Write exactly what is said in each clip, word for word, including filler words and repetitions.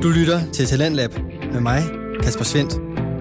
Du lytter til Talentlab med mig, Kasper Svendt.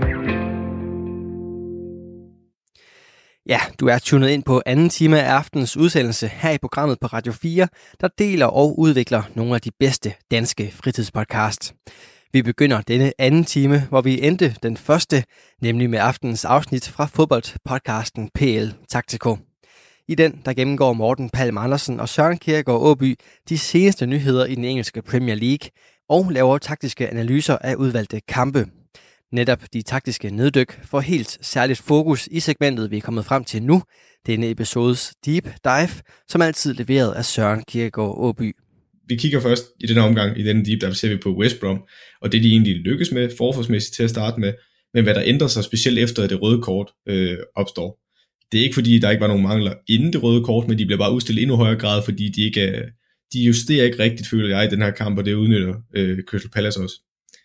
Ja, du er tunet ind på anden time af aftens udsendelse her i programmet på Radio fire, der deler og udvikler nogle af de bedste danske fritidspodcasts. Vi begynder denne anden time, hvor vi endte den første, nemlig med aftenens afsnit fra fodboldpodcasten P L Taktiko. I den, der gennemgår Morten Palm Andersen og Søren Kjærgaard Åby de seneste nyheder i den engelske Premier League og laver taktiske analyser af udvalgte kampe. Netop de taktiske neddyk får helt særligt fokus i segmentet, vi er kommet frem til nu, denne episodes Deep Dive, som altid leveret af Søren Kjærgaard Åby. Vi kigger først i denne omgang, i denne Deep Dive, ser vi på West Brom, og det de egentlig lykkes med, forforsmæssigt til at starte med, men hvad der ændrer sig specielt efter, at det røde kort øh, opstår. Det er ikke fordi, der ikke var nogen mangler inden det røde kort, men de bliver bare udstillet endnu højere grad, fordi de ikke er, de justerer ikke rigtigt, føler jeg, i den her kamp, og det udnytter øh, Crystal Palace også.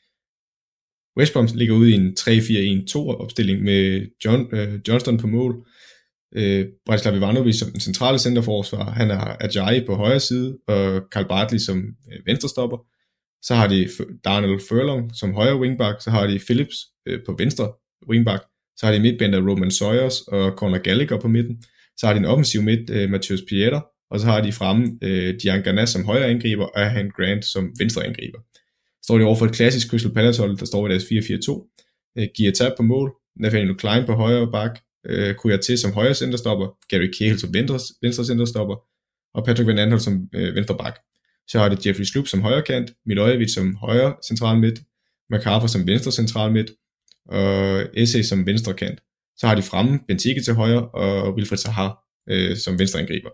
West Brom ligger ude i en tre fire en to opstilling med John, øh, Johnston på mål, øh, Bratislav Ivanovic som den centrale centerforsvar, han har Ajayi på højre side, og Carl Bartley som øh, venstrestopper. Så har de Darnell Furlong som højre wingback, så har de Phillips øh, på venstre wingback, så har de midtbaner Roman Sawyers og Conor Gallagher på midten, så har de en offensiv midt, øh, Matheus Pieter, og så har de fremme øh, Dian Ganas som højre angriber, og Han Grant som venstre angriber. Står de over for et klassisk Crystal Palace hold, der står i deres fire fire to. Øh, Guaita på mål, Nathaniel Klein på højre bak, øh, Kouyaté som højre centerstopper, Gary Cahill som venstre, venstre centerstopper, og Patrick Van Aanholt som øh, venstre bak. Så har de Jeffrey Schlupp som højre kant, Milojevic som højre central midt, McCarver som venstre central midt, og Esse som venstre kant. Så har de fremme Benteke til højre, og Wilfried Zaha øh, som venstre angriber.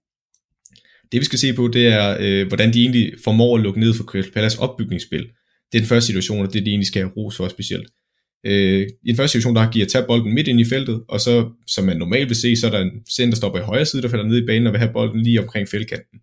Det vi skal se på, det er, øh, hvordan de egentlig formår at lukke ned for Crystal Palace opbygningsspil. Det er den første situation, og det er de egentlig skal have ros for specielt. Øh, I den første situation, der har Guaita bolden midt ind i feltet, og så, som man normalt vil se, så er der en centerstopper i højre side, der falder ned i banen og vil have bolden lige omkring feltkanten.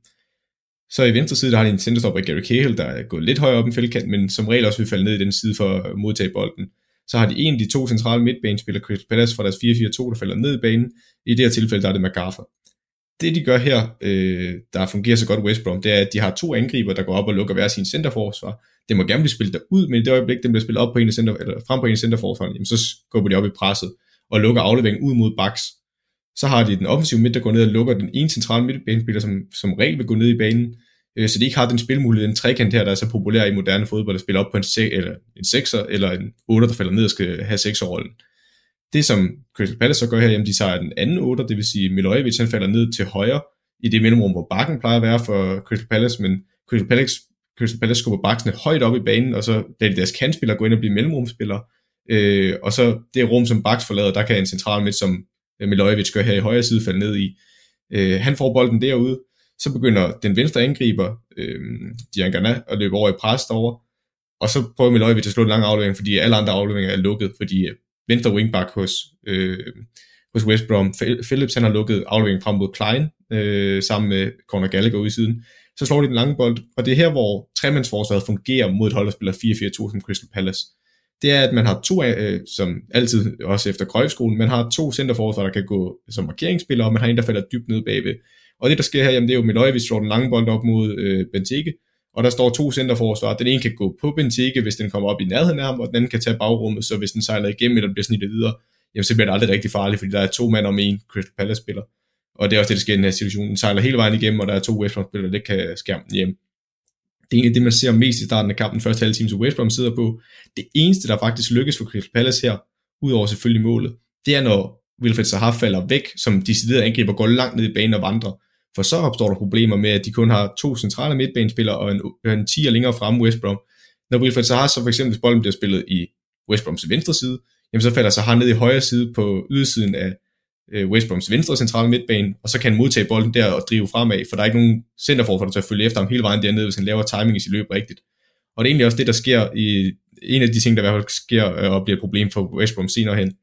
Så i venstre side, der har de en centerstopper i Gary Cahill, der er gået lidt højere op i feltkanten, men som regel også vil falde ned i den side for at modtage bolden. Så har de en af de to centrale midtbanespillere, Crystal Palace fra deres fire fire to, der falder ned i banen. I det her tilfælde, der er det McArthur. Det de gør her, øh, der fungerer så godt West Brom, det er, at de har to angriber, der går op og lukker hver sin centerforsvar. Det må gerne blive spillet derud, men i det øjeblik, den bliver spillet op på en af center, eller frem på en af centerforsvarerne, jamen så skubber de op i presset og lukker afleveringen ud mod backs. Så har de den offensive midt, der går ned og lukker den ene centrale midtbanespiller, som, som regel vil gå ned i banen. Øh, så de ikke har den spilmulighed, den trekant her, der er så populær i moderne fodbold, at spille op på en, se- eller en sekser eller en otter, der falder ned og skal have sekserrollen. Det som Crystal Palace så gør her, jamen de tager den anden otter, det vil sige Milojevic, han falder ned til højre i det mellemrum, hvor bakken plejer at være for Crystal Palace, men Crystal Palace, Crystal Palace skubber baksene højt op i banen, og så lader de deres kantspillere gå ind og blive mellemrumspillere, øh, og så det rum, som baks forlader, der kan en central midt, som Milojevic gør her i højre side, falde ned i. Øh, han får bolden derude, så begynder den venstre angriber, øh, Dian Gana, at løbe over i pres derovre, og så prøver Milojevic at slå en lang aflevering, fordi alle andre afleveringer er lukket, fordi venstre wingback hos, øh, hos West Brom, Phillips, han har lukket afleveringen frem mod Klein, øh, sammen med Conor Gallagher ude i siden. Så slår de den lange bold, og det er her, hvor tremandsforsvaret fungerer mod et hold, der spiller fire fire to som Crystal Palace. Det er, at man har to, øh, som altid, også efter Cruyff-skolen, man har to centerforsvar, der kan gå som markeringsspillere, og man har en, der falder dybt ned bagved. Og det, der sker her, jamen, det er jo Milojevic slår den lange bold op mod øh, Benteke, og der står to centerforsvar. Den ene kan gå på Benteke, hvis den kommer op i nærheden af ham, og den anden kan tage bagrummet, så hvis den sejler igennem eller bliver snittet videre, jamen, så bliver det aldrig rigtig farligt, fordi der er to mand om en Crystal Palace-spiller. Og det er også det, der sker i den her situation. Den sejler hele vejen igennem, og der er to West Brom-spillere, det kan skærme den hjem. Det er egentlig det, man ser mest i starten af kampen, den første halve time, som West Brom sidder på. Det eneste, der faktisk lykkes for Crystal Palace her, udover selvfølgelig målet, det er, når Wilfried Zaha falder væk, som deciderede angriber går langt ned i banen og vandrer. For så opstår der problemer med, at de kun har to centrale midtbanespillere og en, en tier længere fremme West Brom. Når Wilfried Zaha så for eksempel, hvis bolden bliver spillet i West Broms venstre side, jamen så falder Zaha ned i højre side på ydersiden af øh, West Broms venstre centrale midtbane, og så kan han modtage bolden der og drive fremad, for der er ikke nogen centerforsvar, der til at følge efter ham hele vejen dernede, hvis han laver timing i sit løb rigtigt. Og det er egentlig også det, der sker i en af de ting, der i hvert fald sker øh, og bliver et problem for West Brom senere hen.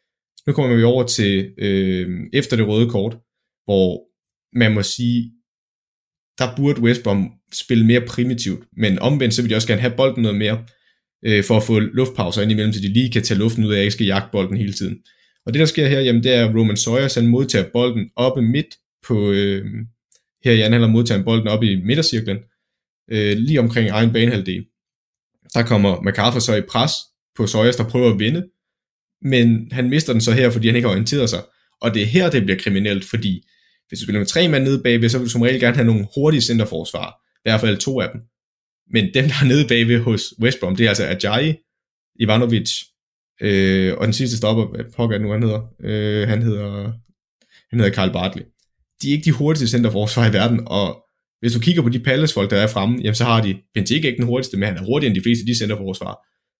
Nu kommer vi over til øh, efter det røde kort, hvor man må sige, der burde West Brom spille mere primitivt, men omvendt så vil de også gerne have bolden noget mere, øh, for at få luftpauser ind imellem, så de lige kan tage luften ud af, at jeg ikke skal jagte bolden hele tiden. Og det der sker her, jamen det er Roman Sawyers, han modtager bolden oppe midt på, øh, her i anden halvleg modtager han bolden oppe i midtercirklen, øh, lige omkring egen banehalvdel. Der kommer MacArthur så i pres på Sawyers, der prøver at vinde, men han mister den så her, fordi han ikke har orienteret sig. Og det er her, det bliver kriminelt, fordi hvis du spiller med tre mand nede bagved, så vil du som regel gerne have nogle hurtige centerforsvar. I hvert fald to af dem. Men dem, der er nede bagved hos West Brom, det er altså Ajayi, Ivanovic, øh, og den sidste stopper, hvad pokker nu han hedder? Øh, han hedder, han hedder Carl Bartley. De er ikke de hurtigste centerforsvar i verden, og hvis du kigger på de Palace-folk, der er fremme, jamen så har de, Benteke ikke den hurtigste, men han er hurtigere end de fleste af de centerforsvar.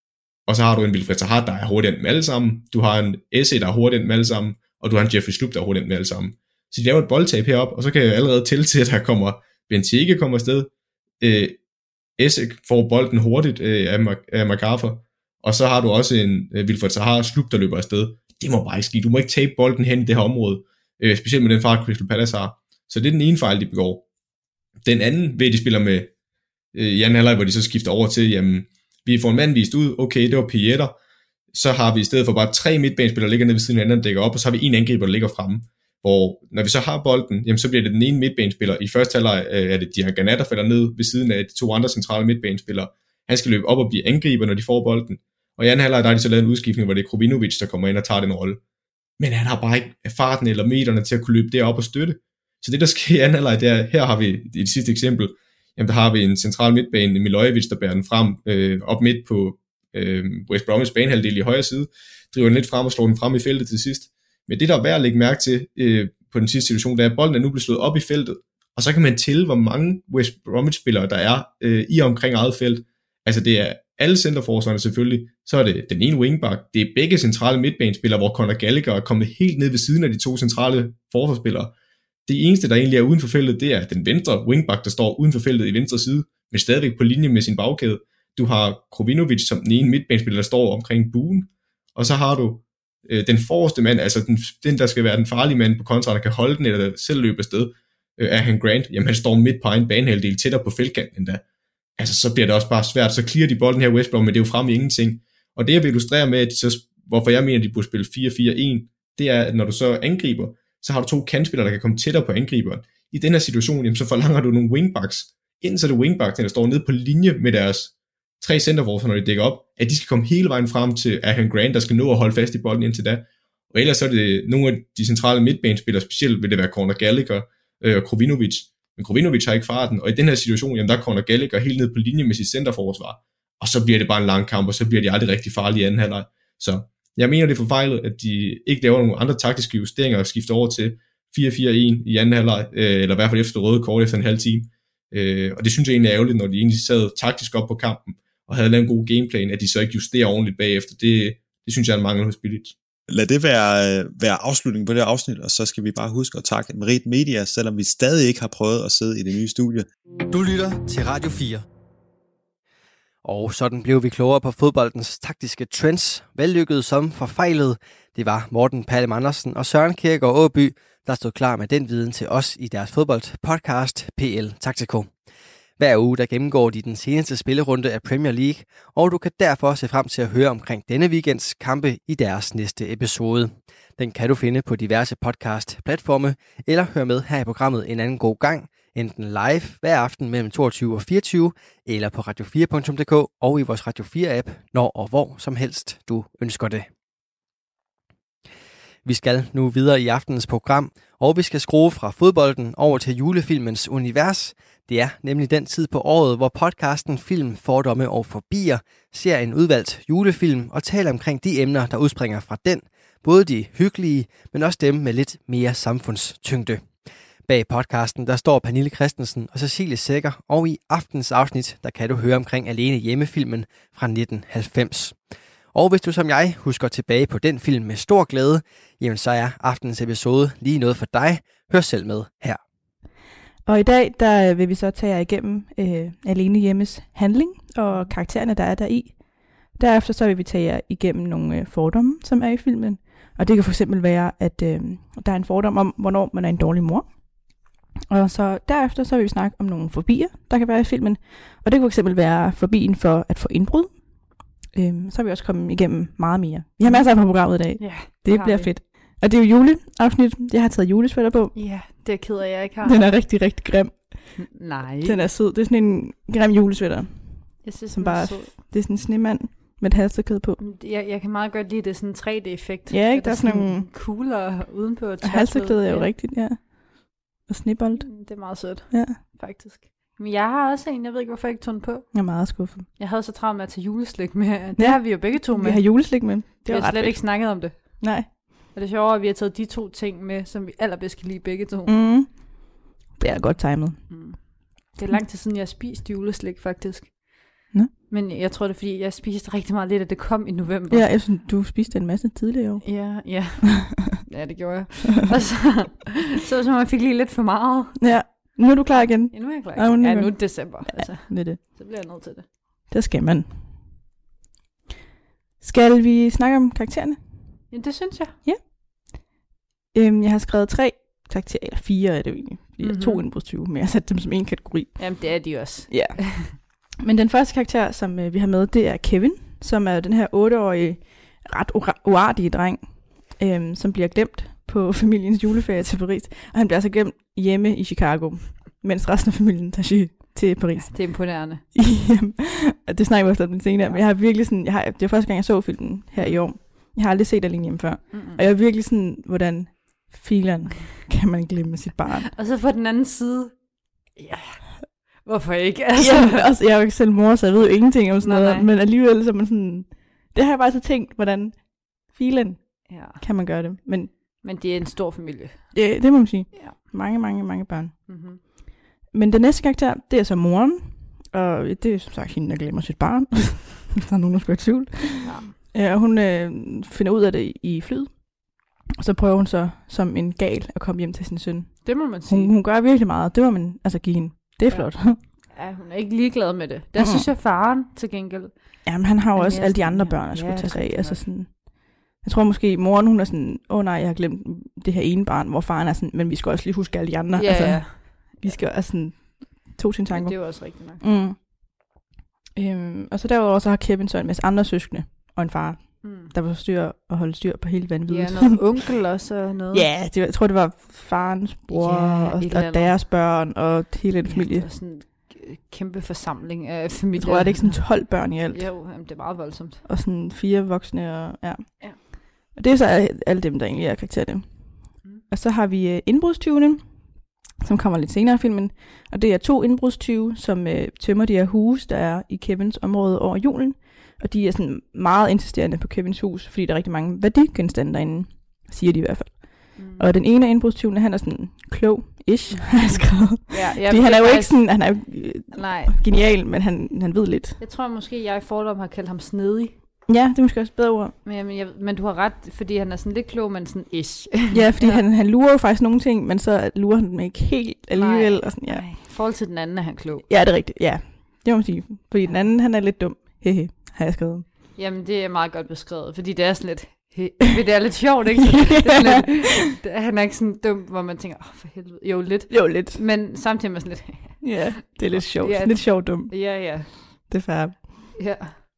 Og så har du en Wilfried Zaha, der er hurtigere end dem alle sammen. Du har en Esse, der er hurtigere end dem alle sammen. Og du har en Jeffrey Schlupp, der er hurtigere end dem alle sammen. Så de laver et boldtab heroppe, og så kan jeg allerede tælle til, at der kommer Benteke kommer afsted. Øh, Esse får bolden hurtigt øh, af, Mac- af MacArthur. Og så har du også en øh, Wilfried Zaha og Schlupp, der løber afsted. Det må bare ikke ske. Du må ikke tabe bolden hen i det her område. Øh, specielt med den fart, Crystal Palace har. Så det er den ene fejl, de begår. Den anden ved, at de spiller med øh, Jan Halleij, hvor de så skifter over til, jamen, vi får en mand vist ud, okay, det var Pieter, så har vi i stedet for bare tre midtbanespillere, der ligger nede ved siden af anden, der dækker op, og så har vi en angriber, der ligger fremme, hvor når vi så har bolden, jamen så bliver det den ene midtbanespiller. I første halvleg øh, er det Diaganat, der falder ned ved siden af de to andre centrale midtbanespillere. Han skal løbe op og blive angriber, når de får bolden. Og i anden halvleg, der har de så lavet en udskiftning, hvor det er Krovinovic, der kommer ind og tager den rolle. Men han har bare ikke farten eller meterne til at kunne løbe derop og støtte. Så det, der sker i anden halvleg, det er, her har vi i det sidste eksempel, jamen der har vi en central midtbane, Milojevic, der bærer den frem øh, op midt på øh, West Bromwich banehalvdel i højre side, driver den lidt frem og slår den frem i feltet til sidst. Men det, der er værd at lægge mærke til øh, på den sidste situation, det er, at bolden er nu blevet slået op i feltet, og så kan man tælle, hvor mange West Bromwich-spillere der er øh, i omkring eget felt. Altså det er alle centerforsvarerne selvfølgelig, så er det den ene wingback, det er begge centrale midtbanespillere, hvor Conor Gallagher er kommet helt ned ved siden af de to centrale forsvarsspillere. Det eneste, der egentlig er uden for feltet, det er den venstre wingback, der står uden for feltet i venstre side, men stadigvæk på linje med sin bagkæde. Du har Krovinovic som den ene midtbanespiller, der står omkring buen, og så har du øh, den forreste mand, altså den, den, der skal være den farlige mand på kontra, der kan holde den eller selv løbe afsted, øh, er han Grant. Jamen han står midt på en banehalvdel tættere på feltkanten endda. Altså så bliver det også bare svært, så clear de bolden her West Brom, men det er jo frem i ingenting. Og det jeg vil illustrere med, at de så, hvorfor jeg mener, at de burde spille fire fire en, det er, at når du så angriber, så har du to kantspillere, der kan komme tættere på angriberen. I den her situation, jamen, så forlanger du nogle wingbacks, indtil det wingbacks, der står nede på linje med deres tre centerforsvar, når de dækker op, at de skal komme hele vejen frem til Ahan Grant, der skal nå at holde fast i bolden indtil da. Og ellers så er det nogle af de centrale midtbanespillere, specielt vil det være Conor Gallagher øh, og Krovinovic. Men Krovinovic har ikke farten, og i den her situation, jamen, der er Conor Gallagher helt ned på linje med sit centerforsvar, og så bliver det bare en lang kamp, og så bliver de aldrig rigtig farlige i anden halvleg. Så jeg mener, det er forfejlet, at de ikke laver nogle andre taktiske justeringer og skifter over til fire fire en i anden halvleg, øh, eller i hvert fald efter det røde kort efter en halv time. Øh, og det synes jeg egentlig er ærgerligt, når de egentlig sad taktisk op på kampen, og havde lavet en god gameplan, at de så ikke justerer ordentligt bagefter. Det, det synes jeg er en mangel hos Bilic. Lad det være, være afslutningen på det afsnit, og så skal vi bare huske at takke Merit Media, selvom vi stadig ikke har prøvet at sidde i det nye studie. Du lytter til Radio fire. Og sådan blev vi klogere på fodboldens taktiske trends, vellykket som forfejlet. Det var Morten Palm Andersen og Søren Kierkegaard Åby, der stod klar med den viden til os i deres fodboldpodcast P L Taktiko. Hver uge der gennemgår de den seneste spillerunde af Premier League, og du kan derfor se frem til at høre omkring denne weekends kampe i deres næste episode. Den kan du finde på diverse podcast-platforme, eller høre med her i programmet en anden god gang, enten live hver aften mellem toogtyve og fireogtyve, eller på radio fire punktum d k og i vores Radio fire-app, når og hvor som helst du ønsker det. Vi skal nu videre i aftenens program, og vi skal skrue fra fodbolden over til julefilmens univers. Det er nemlig den tid på året, hvor podcasten Film, Fordomme og Fobier ser en udvalgt julefilm og taler omkring de emner, der udspringer fra den. Både de hyggelige, men også dem med lidt mere samfundstyngde. Bag podcasten der står Pernille Christensen og Cecilie Sækker, og i aftens afsnit der kan du høre omkring Alene hjemmefilmen fra nitten halvfems. Og hvis du som jeg husker tilbage på den film med stor glæde, jamen så er aftens episode lige noget for dig. Hør selv med her. Og i dag der vil vi så tage jer igennem øh, Alene hjemmes handling og karaktererne, der er der i. Derefter så vil vi tage jer igennem nogle øh, fordomme, som er i filmen. Og det kan fx være, at øh, der er en fordom om, hvornår man er en dårlig mor. Og så derefter så vil vi snakke om nogle fobier, der kan være i filmen. Og det kan fx være fobien for at få indbrud. Øhm, så har vi også kommet igennem meget mere. Vi har masser af på programmet i dag. Ja, det bliver vi. Fedt. Og det er jo juleafsnit. Jeg har taget julesvætter på. Ja, det er ked af, jeg ikke har. Den er rigtig, rigtig grim. Nej. Den er sød. Det er sådan en grim julesvætter. Jeg synes, som den er bare, sød. det er sådan en snemand med et halsterklæde på. Jeg, jeg kan meget godt lide det sådan en tre D-effekt. Ja, ikke? At Der er sådan nogle... kugler udenpå. Og halsterklæde er jo ja. rigtigt, ja. Og snebold. Det er meget sødt, Ja. faktisk. Men jeg har også en, jeg ved ikke, hvorfor jeg ikke tog den på. Jeg er meget skuffet. Jeg havde så travlt med at tage juleslik med. Det Ja. har vi jo begge to med. Vi har juleslik med. Det Det vi var har ret slet fedt. ikke snakket om det. Nej. Og det er sjovt, at vi har taget de to ting med, som vi allerbedst kan lide begge to. Mm. Det er godt timet. Mm. Det er lang tid siden, jeg har spist juleslik, faktisk. Nå. Men jeg tror, det er, fordi jeg spiste rigtig meget lidt, at det kom i november. Ja, jeg synes, du spiste en masse tidligere i år. Ja, ja. Ja, det gjorde jeg. Og så, så, så man fik lige lidt for meget. Ja, nu er du klar igen. Ja, nu er jeg klar. Ja, nu er Ja, jeg nu er klar. det december. Altså, Det er det. så bliver jeg nødt til det. Det skal man. Skal vi snakke om karaktererne? Ja, det synes jeg. Øhm, jeg har skrevet tre karakterer, eller fire er det jo egentlig. Fordi mm-hmm. Mhm. jeg er to indbrudstyve, men jeg har sat dem som en kategori. Jamen, det er de også. Ja. Men den første karakter, som øh, vi har med, det er Kevin, som er den her otteårige, ret ura- uartige dreng, øhm, som bliver glemt på familiens juleferie til Paris. Og han bliver altså glemt hjemme i Chicago, mens resten af familien tager til, til Paris. Det er imponerende. Jamen, og det snakker vi også om lidt senere, men jeg har virkelig sådan, jeg har, det er første gang, jeg så filmen her i år. Jeg har aldrig set Alene Hjemme før. Mm-mm. Og jeg er virkelig sådan, hvordan fileren kan man glemme sit barn. Og så på den anden side, ja, hvorfor ikke? Altså. Ja, altså, jeg er jo ikke selv mor, så jeg ved jo ingenting om sådan Nej, noget, nej. men alligevel så er man sådan, det har jeg bare så tænkt, hvordan filen Ja. kan man gøre det. Men Men det er en stor familie. det, det må man sige. Ja. Mange, mange, mange børn. Mm-hmm. Men den næste karakter, det er så moren, og det er som sagt hende, der glemmer sit barn. Der er nogen, der skal være i tvivl. Ja. Ja, og hun øh, finder ud af det i flyet. Og så prøver hun så som en gal at komme hjem til sin søn. Det må man sige. Hun, hun gør virkelig meget. Det må man altså give hende. Det er Ja. flot. Ja, hun er ikke ligeglad med det. Der Mm. synes jeg, faren til gengæld. Jamen, han har jo Men også mere alle de sådan, andre ja. børn, der Ja, skulle det tage er sig af. rigtigt Altså nok. sådan, jeg tror måske, moren hun er sådan, åh oh, nej, jeg har glemt det her ene barn, hvor faren er sådan, men vi skal også lige huske alle de andre. Ja, altså, ja. vi skal altså sådan, to sine Men tanker. det er jo også rigtigt nok. Mm. Øhm, og så derudover så har Kevin så en masse andre søskende og en far, Mm. der var styr og holde styr på hele vanvittigt. Ja, noget onkel også og noget. Ja, det var, jeg tror, det var farens bror Ja, og, et eller og andet. deres børn og hele den Ja, familie. det var sådan en kæmpe forsamling af Jeg familier. tror, at det ikke sådan tolv børn i alt. Jo, jamen, det er meget voldsomt. Og sådan fire voksne. Og, ja. Ja. Og det er så alle- alle dem, der egentlig er karakterer. Mm. Og så har vi uh, indbrudstyvene, som kommer lidt senere i filmen. Og det er to indbrudstyve, som uh, tømmer de her huse, der er i Kevins område over julen. Og de er sådan meget insisterende på Kevins hus, fordi der er rigtig mange værdigenstande derinde, siger de i hvert fald. Mm. Og den ene af indbrudstyvene, han er sådan klog-ish, har jeg skrevet. Ja, ja, Fordi det han er jo faktisk- ikke sådan, han er jo øh, Nej, genial, men han, han ved lidt. jeg tror måske, jeg i fordom har kaldt ham snedig. Ja, det er måske også et bedre ord. Men, men, jeg, men du har ret, fordi han er sådan lidt klog, men sådan ish. Ja, fordi Ja. ja. Han, han lurer jo faktisk nogle ting, men så lurer han dem ikke helt alligevel. Nej. Og sådan, ja. Nej, i forhold til den anden er han klog. Ja, det er rigtigt. Ja, det må man sige. Fordi den anden, han er lidt dum. Hehe, har jeg skrevet. Jamen, det er meget godt beskrevet, fordi det er sådan lidt... he- Det er lidt sjovt, ikke? Det er sådan lidt, det, han er ikke sådan dum, hvor man tænker, åh, oh, for helvede. Jo, lidt. Jo, lidt. Men samtidig med sådan lidt... Ja, det er lidt sjovt. Ja. Lidt sjovt dum. Ja, ja. Det er fair. Ja.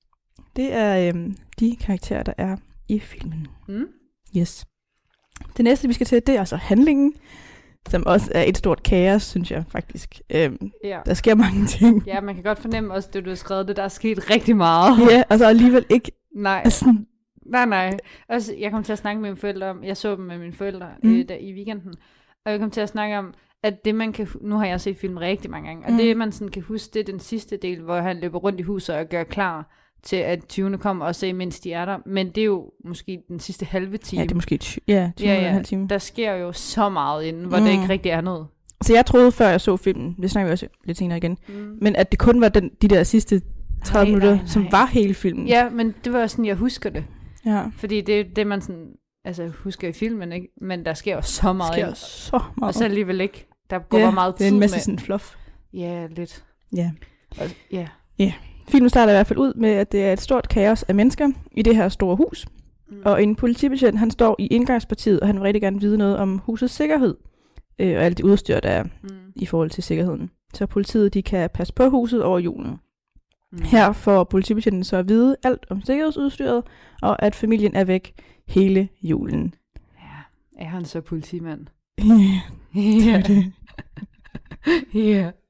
Det er øhm, de karakterer, der er i filmen. Mm? Yes. Det næste, vi skal til, det er altså handlingen, som også er et stort kaos, synes jeg faktisk. Øhm, Ja. der sker mange ting. Ja, man kan godt fornemme også, det du har skrevet, det der er sket rigtig meget. Ja, og så alligevel ikke Nej, sådan, nej, nej. Også, jeg kom til at snakke med mine forældre om, jeg så dem med mine forældre Mm. mm. øh, der, i weekenden, og jeg kom til at snakke om, at det man kan, hu- nu har jeg set film rigtig mange gange, og Mm. det man sådan kan huske, det er den sidste del, hvor han løber rundt i huset og gør klar til, at tyvene kommer og se, mens de er der. Men det er jo måske den sidste halve time. ja, det er måske ty- ja, tyve ja, ja, ja. en halv time. Der sker jo så meget inden, hvor Mm. mm. det ikke rigtig er noget. Så jeg troede, før jeg så filmen, det snakker vi også lidt senere igen, Mm. men at det kun var den, de der sidste tredive Nej, minutter, nej, som nej. var hele filmen. Ja, men det var sådan, jeg husker det. ja. Fordi det er det, man sådan, altså husker i filmen, ikke? Men der sker jo så Der meget. sker ind. så meget. Og så alligevel ikke. Der går ja, bare meget det er tid en masse med. sådan fluff. Ja, lidt. Ja. Og, ja. Filmen starter i hvert fald ud med, at det er et stort kaos af mennesker i det her store hus. Mm. Og en politibetjent, han står i indgangspartiet, og han vil rigtig gerne vide noget om husets sikkerhed. Øh, og alt det udstyr, der er Mm. i forhold til sikkerheden. Så politiet, de kan passe på huset over julen. Mm. Her får politibetjenten så at vide alt om sikkerhedsudstyret, og at familien er væk hele julen. Ja, er han så politimand? Ja, Ja. det. Ja.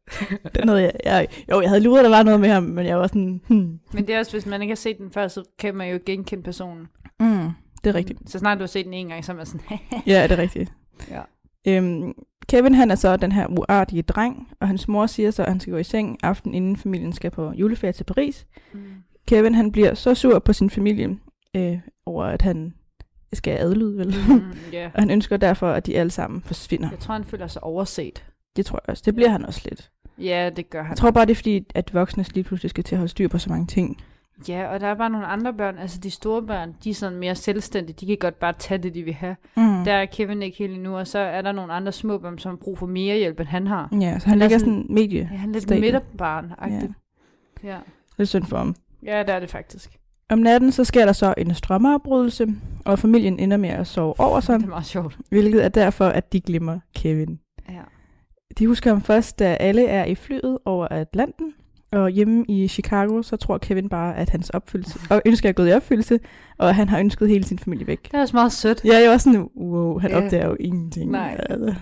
Den havde jeg, jeg, jo, jeg havde luret, at der var noget med ham, men jeg var sådan, hmm. Men det er også, hvis man ikke har set den før, så kan man jo genkende personen. Mm, det er rigtigt. Så snart du har set den en gang, så er man sådan, Ja, det er rigtigt. ja. Øhm, Kevin, han er så den her uartige dreng, og hans mor siger så, at han skal gå i seng aften, inden familien skal på juleferie til Paris. Mm. Kevin, han bliver så sur på sin familie, øh, over at han skal adlyde, vel? Mm, yeah. Og han ønsker derfor, at de alle sammen forsvinder. Jeg tror, han føler sig overset. Det tror jeg også. Det bliver han også lidt. Ja, det gør han. Jeg tror bare, det er fordi, at voksne lige pludselig skal til at holde styr på så mange ting. Ja, og der er bare nogle andre børn, altså de store børn, de er sådan mere selvstændige, de kan godt bare tage det, de vil have. Mm. Der er Kevin ikke helt endnu, og så er der nogle andre små børn, som har brug for mere hjælp, end han har. Ja, så han, Han er ligger sådan- sådan medie. Ja, han er lidt Stadiet. midterbarn-agtigt. Ja. ja. Det er synd for ham. Ja, det er det faktisk. Om natten, så sker der så en strømmeafbrydelse, og familien ender med at sove over sig, Det er meget sjovt. hvilket er derfor, at de glemmer Kevin. Ja. De husker ham først, da alle er i flyet over Atlanten, og hjemme i Chicago, så tror Kevin bare, at hans opfyldelse, og ønsker er gået i opfyldelse, og han har ønsket hele sin familie væk. Det er også meget sødt. Ja, jeg var sådan, wow, han Ja. opdager jo ingenting. Nej. Altså.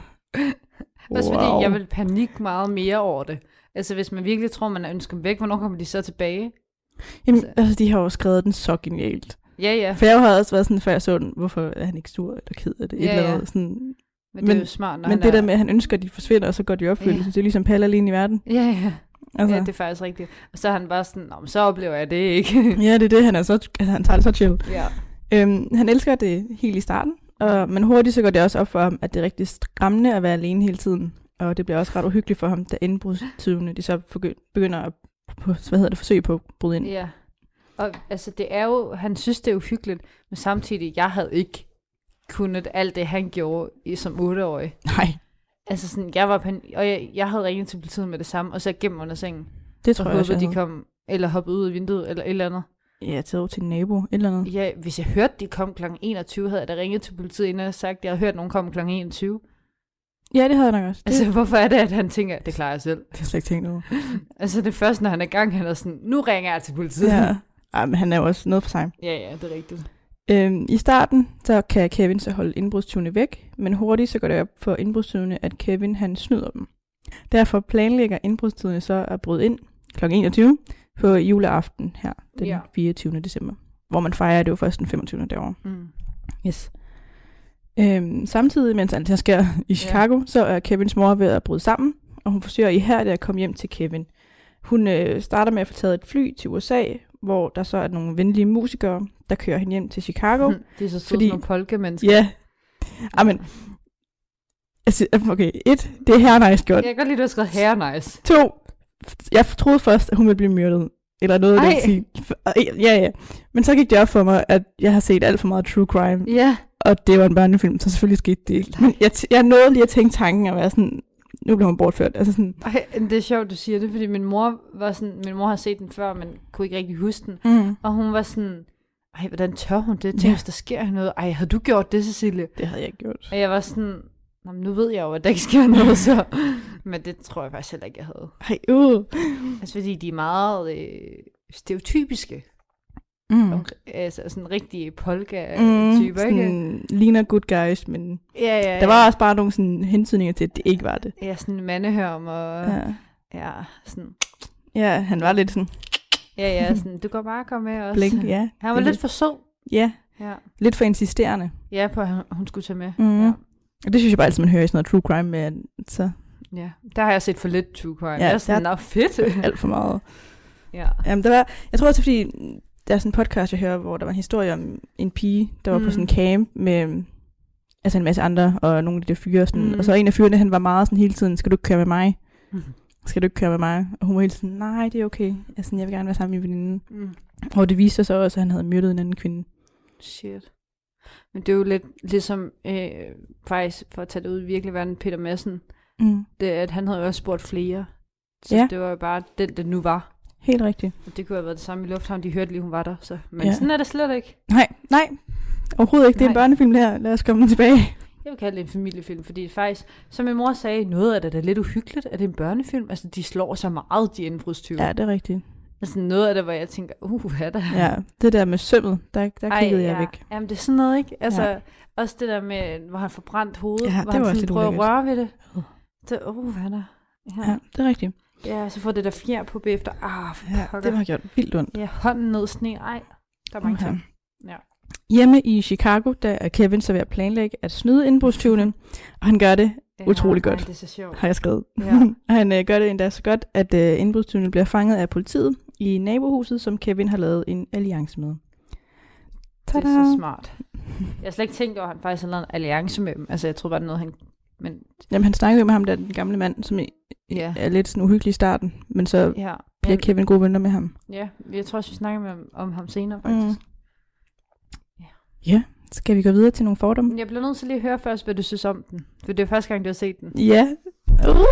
Også fordi jeg vil panikke meget mere over det. Altså hvis man virkelig tror, man er ønsket dem væk, hvornår kommer de så tilbage? Jamen, altså, de har jo skrevet den så genialt. Ja, ja. For jeg har også været sådan, før jeg så den, hvorfor er han ikke sur eller ked af det? Et Ja, eller ja. andet, sådan. Men det er Men- jo smart, når Men han det er... der med, at han ønsker, at de forsvinder, og så går de i opfyldelse, Ja. det er ligesom Palle alene i verden. Ja, ja. Altså, Ja, det er faktisk rigtigt. Og så er han bare sådan, "Nå, men så oplever jeg det ikke. ja, det er det, han er så, altså, han tager det så chill. ja. Øhm, han elsker det helt i starten, og, men hurtigt så går det også op for ham, at det er rigtig skræmmende at være alene hele tiden. Og det bliver også ret uhyggeligt for ham, da indbrudstyvene, de så forgy- begynder at på, hvad hedder det, forsøge på at bryde ind. Ja. Og altså, det er jo, han synes, det er uhyggeligt, men samtidig, jeg havde ikke kunnet alt det, han gjorde i, som otteårig. Nej, Altså sådan, jeg var pan- og jeg, jeg havde ringet til politiet med det samme, og så gennem under sengen. det Så tror jeg også, håbede, jeg de havde. kom, eller hoppede ud af vinduet, eller et eller andet. Ja, taget over til en nabo, et eller andet. Ja, hvis jeg hørte, de kom klokken enogtyve, havde jeg da ringet til politiet, inden jeg sagt, at jeg havde hørt, at nogen kom klokken enogtyve. Ja, det havde jeg nok også. Det, Altså, hvorfor er det, at han tænker, det klarer jeg selv? det har jeg slet ikke tænkt over. Altså, det er først, når han er i gang, han er sådan, nu ringer jeg til politiet. Ja. Ej, men han er jo også noget for sig. ja, ja, det er rigtigt. Øhm, I starten, så kan Kevin så holde indbrudstyvene væk, men hurtigt så går det op for indbrudstyvene, at Kevin han snyder dem. Derfor planlægger indbrudstyvene så at bryde ind klokken enogtyve på juleaften her, den Ja. fireogtyvende december. Hvor man fejrer det jo først den femogtyvende derovre. Mm. Yes. Øhm, samtidig, mens alt det her sker i Chicago, ja. så er Kevins mor ved at bryde sammen, og hun forsøger ihærdigt at komme hjem til Kevin. Hun øh, starter med at få taget et fly til U S A, hvor der så er nogle venlige musikere, der kører hende hjem til Chicago. Mm. Det er så sødt, Fordi- sådan nogle polka-mennesker. Ja. Amen. Altså, okay, et, det er her nice gjort. Jeg kan godt lide, at du har skrevet hair nice. To, jeg troede først, at hun ville blive myrdet. Eller noget af Ej. den stil. Ja, ja. Men så gik det op for mig, at jeg har set alt for meget true crime. Ja. Og det var en børnefilm, så selvfølgelig skete det ikke. Men jeg, t- jeg nåede lige at tænke tanken og være sådan, nu blev hun bortført. Altså sådan, Ej, det er sjovt, du siger det, fordi min mor var sådan, min mor har set den før, men kunne ikke rigtig huske den. mm. Og hun var sådan, ej, hvordan tør hun det? Tænk, Ja. hvis der sker noget. Ej, havde du gjort det, Cecilie? Det havde jeg ikke gjort. Og jeg var sådan, nå, men nu ved jeg jo, at der ikke sker noget, så. Men det tror jeg faktisk heller ikke, jeg havde. Ej, uh. Altså, fordi de er meget øh, stereotypiske. Mm. Og, altså, sådan rigtige polka-typer, mm, ikke? sådan, ligner good guys, men Ja, ja, ja. der var også bare nogle sådan hentydninger til, at det ikke var det. Ja, sådan mandehørm og... Ja. Ja. ja, sådan... Ja, han var lidt sådan Ja, ja, sådan, du kan bare komme med også. blink, ja. Han var lidt for sød. Ja, Ja, lidt for insisterende. ja på at hun- hun skulle tage med. Mhm. Ja. Og det synes jeg bare altid, man hører i sådan noget true crime med, at så ja, der har jeg set for lidt true crime. Ja, Ja, jeg er sådan, der- nå fedt. alt for meget. ja. Jamen, der var, jeg tror også, fordi der er sådan en podcast, jeg hører, hvor der var en historie om en pige, der var Mm. på sådan en camp med altså en masse andre, og nogle af de der fyre. Sådan, Mm. Og så en af fyrene, han var meget sådan hele tiden, skal du ikke køre med mig? Mm. Skal du ikke køre med mig? Og hun var helt sådan, nej, det er okay. Altså, jeg vil gerne være sammen med min veninde. Mm. Og det viste sig så også, at han havde myrdet en anden kvinde. Shit. Men det er jo lidt ligesom, øh, faktisk for at tage det ud i virkelig verden, Peter Madsen, Mm. det, at han havde jo også spurgt flere. Så Ja. det var jo bare den, det nu var. Helt rigtigt. Og det kunne have været det samme i Lufthavn, de hørte lige, hun var der. Så. Men Ja. ja. sådan er det slet ikke. Nej, nej. Overhovedet ikke. Det er en Nej. børnefilm her. Lad os komme tilbage. Jeg vil kalde det en familiefilm, fordi faktisk, som min mor sagde, noget af det er da lidt uhyggeligt, at det er en børnefilm. Altså, de slår så meget, de indbrudstyve. Ja, det er rigtigt. Altså, noget af det, hvor jeg tænker, uh, hvad er der? Ja, det der med sømmet, der, der kiggede jeg ja. væk. Jamen, det er sådan noget, ikke? Altså, Ja. ja. også det der med, hvor han får brændt hovedet, Ja, hvor det han var også sådan lidt prøver at ulækkert. røre ved det. Uh. Det, uh, hvad er der? Ja. Ja, det er rigtigt. Ja, så får det der fjer på bagefter. Ah, for Ja, pokker. det har gjort vildt ondt. Ja, hånden ned i sne. Ej, der er mange Okay. ting. Ja. Hjemme i Chicago, der er Kevin så ved at planlægge at snyde indbrudstyvene, og han gør det, Ja, Utrolig nej, godt. det er så sjovt. har jeg skrevet. Ja. han øh, gør det endda så godt, at øh, indbrudstyvene bliver fanget af politiet i nabohuset, som Kevin har lavet en alliance med. Det er så smart. Jeg har slet ikke tænkt over, at han faktisk har lavet en alliance med dem. Altså, jeg troede bare, det er noget, han... Men Jamen, han snakkede jo med ham, der den gamle mand, som i- ja, er lidt sådan uhyggelig i starten, men så ja. bliver Ja, Kevin gode venner med ham. ja, jeg tror også, vi snakker med om, om ham senere, faktisk. Mm. Ja, skal vi gå videre til nogle fordomme? Men jeg bliver nødt til lige at høre først, hvad du synes om den. For det er første gang, du har set den. Ja. Uh.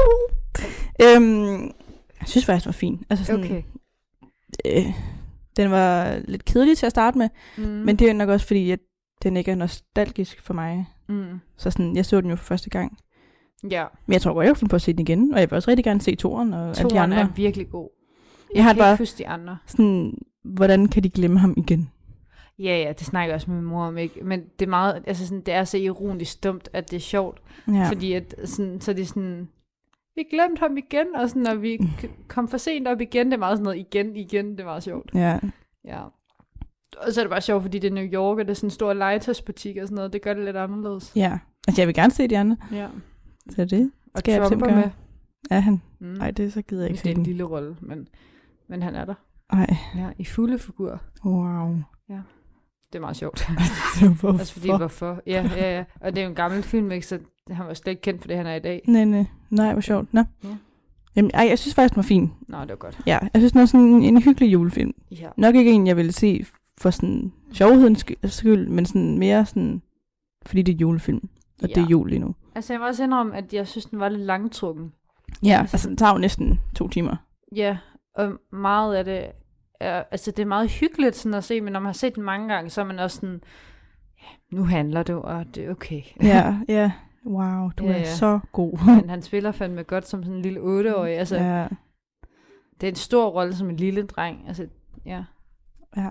Øhm, jeg synes faktisk, det var fint. Altså sådan, Okay. øh, den var lidt kedelig til at starte med, Mm. men det er nok også fordi, at den ikke er nostalgisk for mig. Mm. Så sådan, jeg så den jo for første gang. Ja, Men jeg tror godt, jeg kunne finde på at se den igen, og jeg vil også rigtig gerne se toren og alle de toeren andre. er virkelig god. Jeg, Jeg har kan bare- ikke huske de andre. Sådan, hvordan kan de glemme ham igen? Ja, ja, det snakker jeg også med min mor om, ikke? Men det er meget, altså sådan, det er så ironisk dumt, at det er sjovt. Ja. Ja. Fordi at sådan, så er det sådan, vi glemte ham igen, og sådan, når vi k- kom for sent op igen, det er meget sådan noget igen, igen, det er meget sjovt. Ja. Ja. Og så er det bare sjovt, fordi det er New York, og det er sådan en stor legetøjsbutik og sådan noget, det gør det lidt anderledes. Ja. Altså, jeg vil gerne se de andre. Ja. Så det Og skal jeg Trump bestemt er gøre. med. er han. Mm. Nej, det så gider jeg ikke det er se en den. lille rolle, men, men han er der. Ej, Ja, i fulde figur. wow. Det er meget sjovt. Hvorfor? Også fordi, hvorfor? Ja, ja, ja. Og det er jo en gammel film, ikke? Så han var slet ikke kendt for det, han er i dag. Nej, nej. Nej, hvor sjovt. Nå. Ja. Jamen, ej, jeg synes faktisk, den var fin. Nå, det var godt. Ja, jeg synes, den var sådan en, en hyggelig julefilm. Ja. Nok ikke en, jeg ville se for sådan sjovhedens sky- skyld, men sådan mere sådan, fordi det er julefilm, og Ja. det er jul lige nu. Altså, jeg må også indrømme, at jeg synes, den var lidt langtrukken. Ja, Altså- altså den tager jo næsten to timer. Ja, og meget af det er, altså det er meget hyggeligt sådan at se, men når man har set den mange gange, så er man også sådan, ja, nu handler du, og det er okay. Ja, ja. Wow, du Ja, er ja. så god. Men han spiller fandme godt som sådan en lille otteårig. Altså, ja. Ja, Det er en stor rolle som en lille dreng. Altså, ja. ja.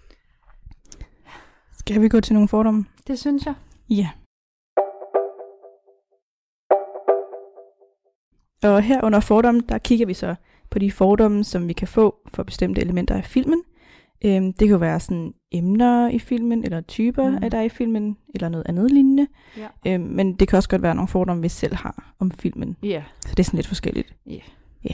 Skal vi gå til nogle fordomme? Det synes jeg. Ja. Og her under fordomme, der kigger vi så på de fordomme, som vi kan få for bestemte elementer af filmen. Øhm, det kan jo være sådan emner i filmen, eller typer Mm. mm. af der i filmen, eller noget andet lignende. Ja. Øhm, men det kan også godt være nogle fordomme, vi selv har om filmen. Ja. Så det er sådan lidt forskelligt. Ja. Ja.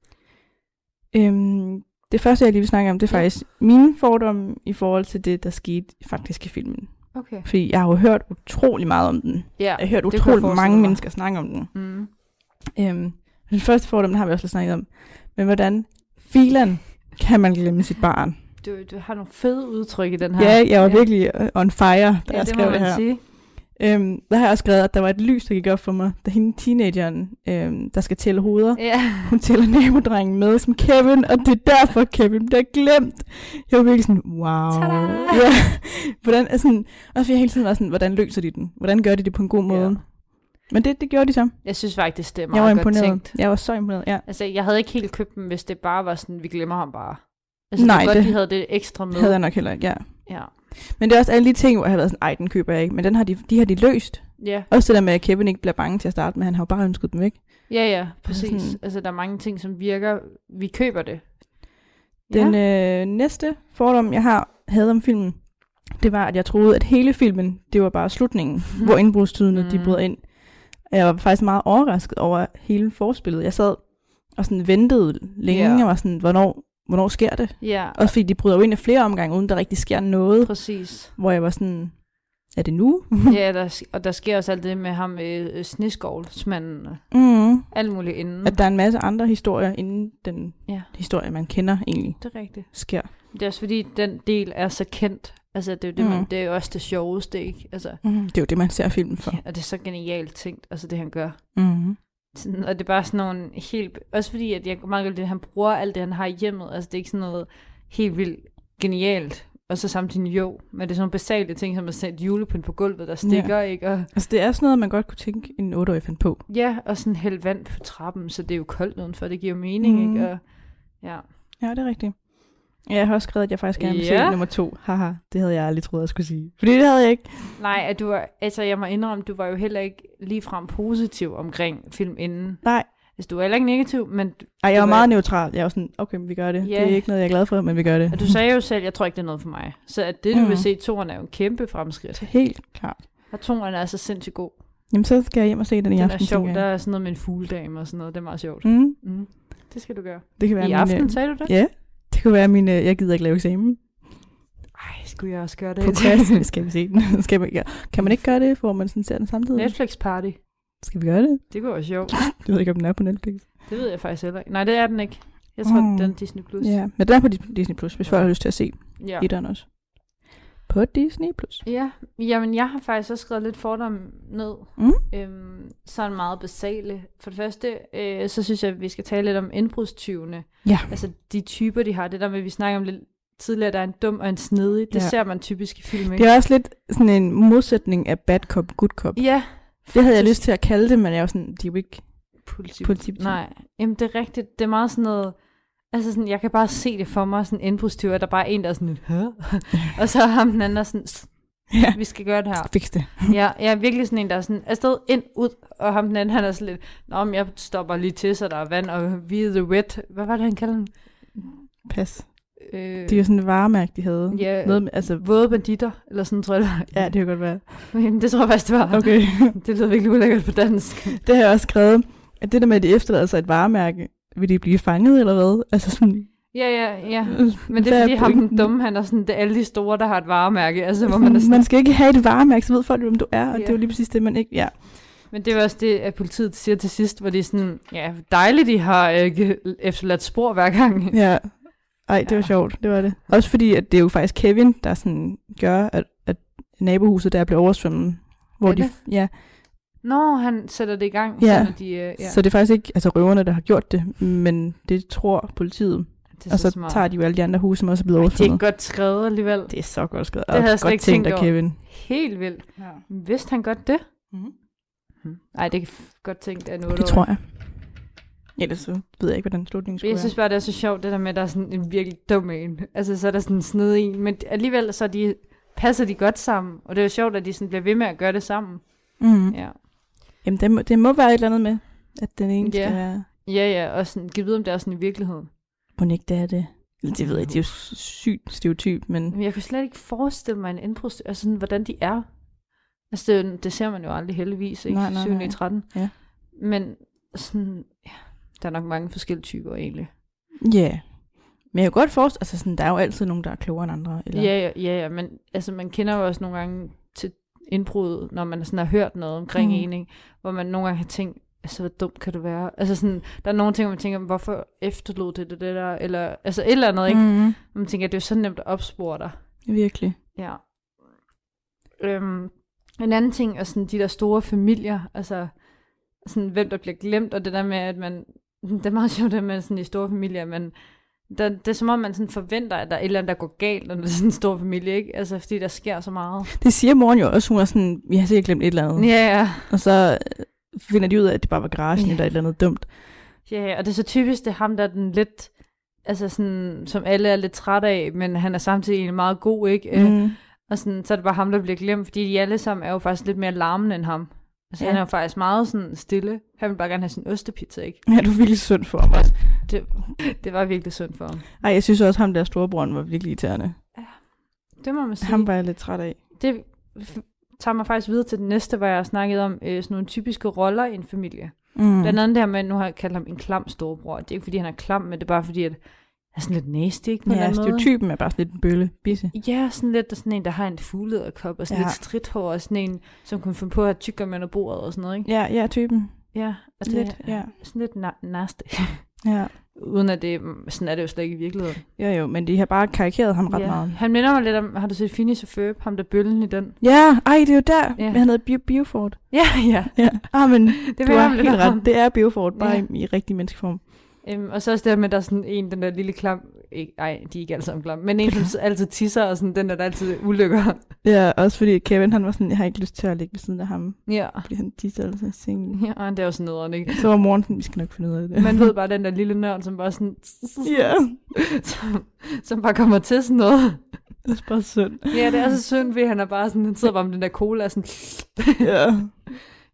Øhm, det første, jeg lige vil snakke om, det er Ja. faktisk mine fordomme i forhold til det, der skete faktisk i filmen. Okay. Fordi jeg har jo hørt utrolig meget om den. Ja, Jeg har hørt det kunne jeg utrolig forestille mange mig. mennesker snakke om den. Mm. Øhm, den første fordom, den har vi også lidt snakket om. Men hvordan filan kan man glemme sit barn? Du, du har nogle fede udtryk i den her. Ja, jeg var virkelig øh, on fire, da ja, jeg det må skrev man det her. sige. Øhm, der har jeg også skrevet, at der var et lys, der gik op for mig, da hende teenageren, øhm, der skal tælle hoveder. Ja. Hun tæller nabodrengen med som Kevin, og det er derfor, Kevin bliver glemt. Jeg var virkelig sådan, wow. Tada! Ja. Hvordan, altså, også fordi jeg hele tiden var sådan, hvordan løser de den? Hvordan gør de det på en god måde? Ja. Men det, det gjorde de så. Jeg synes faktisk, det er Jeg var meget godt imponeret. tænkt. Jeg var så imponeret, ja. Altså, jeg havde ikke helt købt dem, hvis det bare var sådan, vi glemmer ham bare. Altså, Nej, det var godt, det- de havde det ekstra med. Havde jeg nok heller ikke, ja. Ja. Men det er også alle de ting, hvor jeg har været sådan, ej, den køber jeg ikke. Men den har de, de har de løst. Ja. Også det der med, at Kevin ikke bliver bange til at starte med. Han har jo bare ønsket dem væk. Ja, ja, præcis. sådan- Altså, der er mange ting, som virker. Vi køber det. Den ja. øh, næste fordom, jeg har havde om filmen, det var, at jeg troede, at hele filmen, det var bare slutningen, mm. hvor indbrudstyderne, mm. de Mm. brød ind. Jeg var faktisk meget overrasket over hele forspillet. Jeg sad og sådan ventede længe, Ja. og var sådan, hvornår, hvornår sker det? Ja, Også fordi de bryder jo ind i flere omgange, uden der rigtig sker noget. præcis. Hvor jeg var sådan, er det nu? Ja, der, og der sker også alt det med ham, øh, sneskovlsmanden, og mm. alt muligt inden. At der er en masse andre historier, inden den Ja. historie, man kender egentlig, Det er rigtigt. sker. Det er også fordi, den del er så kendt. Altså, det er jo, det, Mm. man, det er jo også det sjoveste, ikke? Altså, Mm. Det er jo det, man ser filmen for. ja, og det er så genialt tænkt, altså det han gør. Mm. Sådan, og det er bare sådan nogle helt... Også fordi, at jeg meget godt lide, at han bruger alt det, han har i hjemmet. Altså, det er ikke sådan noget helt vildt genialt. Og så samtidig jo, men det er sådan nogle basale ting, som at sætte julepynt på gulvet, der stikker, ja. ikke? Og, Altså, det er sådan noget, man godt kunne tænke, en otteårig fandt på. ja, og sådan hælde vand på trappen, så det er jo koldt udenfor, det giver jo mening, Mm. ikke? Og, ja. Ja, det er rigtigt. Jeg har også skrevet, at jeg faktisk gerne vil Ja. se nummer to. Haha, det havde jeg aldrig troet, jeg skulle sige. Fordi det havde jeg ikke. Nej, at du var, altså jeg må indrømme, du var jo heller ikke ligefrem positiv omkring film inden. Nej. Hvis du er heller ikke negativ, men... Ej, jeg er var- meget neutral. Jeg er jo sådan, okay, men vi gør det. Ja. Det er ikke noget, jeg er glad for, men vi gør det. Og du sagde jo selv, jeg tror ikke, det er noget for mig. Så at det, du Mm. vil se i toeren, er jo en kæmpe fremskridt. Helt klart. Og toeren er så sindssygt god. Jamen, så skal jeg hjem og se den i Den aften. er sjov. tænker Der jeg. er sådan noget med en fugledame og sådan noget. Det er meget sjovt. Mm, Mm. Det skal du gøre. det kan være I min, aften, øh, sagde du det? Ja, det kunne være min, øh, jeg gider ikke lave eksamen. Ej, skulle jeg også gøre det? På klassen skal vi se den. Skal vi, ja. Kan man ikke gøre det, hvor man sådan ser den samtidig? Netflix Party. Skal vi gøre det? Det kunne være sjovt. Jeg ved ikke, om den er på Netflix. Det ved jeg faktisk heller ikke. Nej, det er den ikke. Jeg tror, Mm. den er Disney+. Plus. Ja, men den er på Disney Plus, hvis folk har lyst til at se Ja. etteren også. På Disney Plus. Ja, jamen jeg har faktisk også skrevet lidt fordomme ned. Mm. Øhm, sådan meget basale. For det første, øh, så synes jeg, at vi skal tale lidt om indbrudstyvene. Ja. Altså de typer, de har. Det der med, at vi snakker om lidt tidligere, der er en dum og en snedig. Det Ja. ser man typisk i film, ikke? Det er også lidt sådan en modsætning af bad cop, good cop. Ja. Det havde jeg faktisk. lyst til at kalde det, men jeg er jo sådan, de er jo ikke Politi. politibetjent. Nej, jamen det er rigtigt. Det er meget sådan noget... Altså sådan, jeg kan bare se det for mig, sådan en indbrudstyv, at der bare er en, der er sådan lidt, Hæ? Og så er ham den anden, der er sådan, Ja. vi skal gøre det her. Fix det. Ja, jeg er virkelig sådan en, der er sådan afsted, ind, ud, og ham den anden, han er sådan lidt, nå, men jeg stopper lige til, så der er vand, og vi er the wet. Hvad var det, han kaldte den? Pas. Øh, Det er jo sådan et varemærke, de havde. Ja. Noget med, altså, våde banditter, eller sådan, tror jeg. ja, det kan godt være. Men det tror jeg faktisk, det var. Okay. Det lyder virkelig ulækkert på dansk. Det har jeg også skrevet, at det der med, at de efterlader sig et varemærke, vil de blive fanget, eller hvad? Altså sådan... Ja, ja, ja. Men det hvad er fordi, ham den pointen? dumme, han er sådan, det er alle de store, der har et varemærke. Altså, hvor man er sådan, man skal ikke have et varemærke, så ved folk, hvem du er, og Ja. det er jo lige præcis det, man ikke... Ja. Men det var også det, at politiet siger til sidst, hvor de er sådan, ja, dejligt, de har øh, efterladt spor hver gang. Ja. Ej, det var Ja. sjovt, det var det. Også fordi, at det er jo faktisk Kevin, der sådan gør, at, at nabohuset der bliver oversvømmet. Hvor Er de, det? ja, Når han sætter det i gang, Ja. så når de, øh, ja, så det er faktisk ikke altså røverne, der har gjort det, men det tror politiet. det er Og så smart. tager de jo alle de andre huse, som også er blevet Ej, det er oversvømmet. godt skrevet alligevel. Det er så godt skrevet. Det havde jeg slet godt ikke tænkt tænkt af over. Kevin. Helt vildt. Ja. Vidste han godt det? Mm-hmm. Nej, det er f- godt tænkt af noget. Det tror jeg. Ellers så ved jeg ikke, hvordan slutningen skulle Jeg synes være. bare, det er så sjovt, det der med, at der er sådan en virkelig dum en. Altså, så er der sådan en sned en. Men alligevel, så de, passer de godt sammen. Og det er jo sjovt, at de sådan bliver ved med at gøre det sammen. Mm. Ja, Jamen, det må, det må være et eller andet med, at den ene Ja. skal være... ja, ja. Og sådan, kan vide, om det er sådan i virkeligheden. Må ikke det er det? Eller det ved jeg, det er jo sygt stereotyp, men... Men jeg kan slet ikke forestille mig en indbrudstyv, altså sådan, hvordan de er. Altså, det, er jo- det ser man jo aldrig heldigvis, ikke? Nej, nej, syv nej. i tretten. Ja. Men sådan, ja, der er nok mange forskellige typer egentlig. Ja. Yeah. Men jeg kan godt forestille, altså sådan, der er jo altid nogen, der er klogere end andre. Eller... Ja, ja, ja, ja, men altså, man kender jo også nogle gange til indbrud, når man sådan har hørt noget omkring Mm. mm. en, ikke? Hvor man nogle gange har tænkt, altså, hvor dumt kan du være? Altså sådan, der er nogle ting, hvor man tænker, hvorfor efterlod det det, det der? Eller, altså et eller andet, ikke? Mm. Mm-hmm. Man tænker, det er jo så nemt at opspore dig. Virkelig. Ja. Øhm, en anden ting er sådan de der store familier, altså sådan hvem der bliver glemt, og det der med, at man, det er meget sjovt det med sådan i store familier, men der, det er som om man sådan forventer, at der er et eller andet, der går galt, når det er sådan en stor familie, ikke? Altså fordi der sker så meget. Det siger moren jo også, hun er sådan, vi har sikkert glemt et eller andet. Ja, ja. Og så øh, finder de ud af, at det bare var garagen, Ja. eller et eller andet dumt. Ja, ja, og det er så typisk, det er ham, der er den lidt, altså sådan, som alle er lidt træt af, men han er samtidig egentlig meget god, ikke? Mm. Mm. Og sådan, så er det bare ham, der bliver glemt, fordi de alle sammen er jo faktisk lidt mere larmende end ham. Altså Ja. ja. Han er jo faktisk meget sådan stille. Han vil bare gerne have sin ostepizza, ikke? Ja, du er virkelig synd for ham også. Det, det var virkelig synd for ham. Ej, jeg synes også, ham der storebror var virkelig irriterende. Det må man sige. Ham var jeg lidt træt af. Det f- tager mig faktisk videre til det næste, hvor jeg har snakket om øh, sådan nogle typiske roller i en familie. Mm. Mm. Blandt andet det her med, at nu har jeg kaldt ham en klam storebror. Det er ikke fordi, han er klam, men det er bare fordi, at han er sådan lidt nasty, ikke? På en Ja, eller anden måde. stereotypen er bare sådan lidt en bølle. Bisse. Ja, sådan lidt sådan en, der har en fuglederkop, og sådan Ja. ja. lidt stridthår, og sådan en, som kunne finde på at tykke med under bordet og sådan noget, ikke? Ja, ja, typen. Ja, og det Lidt, ja. er sådan lidt na- nasty. Ja. Uden at det, sådan er det jo slet ikke i virkeligheden. Jo, jo, men de har bare karikeret ham ret ja. meget. Han minder mig lidt om, har du set Phineas og Ferb, ham der bøllen i den? Ja, ej, det er jo der. Ja. Ja. Han hedder Bio- Biofort. Ja, ja. Ja. Ah, men Det du minder har mig lidt helt om ham. ret. Det er Biofort, bare Ja. i, i rigtig menneskeform. Øhm, og så også det her med, at der er sådan en, den der lille klam, ikke, ej, de er ikke alle sammen klam, men en, som altid tisser, og sådan den der, der altid ulykker. Ja, også fordi Kevin, han var sådan, jeg har ikke lyst til at ligge ved siden af ham, Ja. fordi han tisser altid i sengen. Ja, det er jo sådan noget, ikke? Så var moren sådan, vi skal nok finde ud af det. Man ved bare, den der lille nørd, som bare sådan, Ja, som, som bare kommer til sådan noget. det er bare synd. Ja, det er så synd, fordi han er bare sådan, han sidder bare med den der cola, sådan, Ja.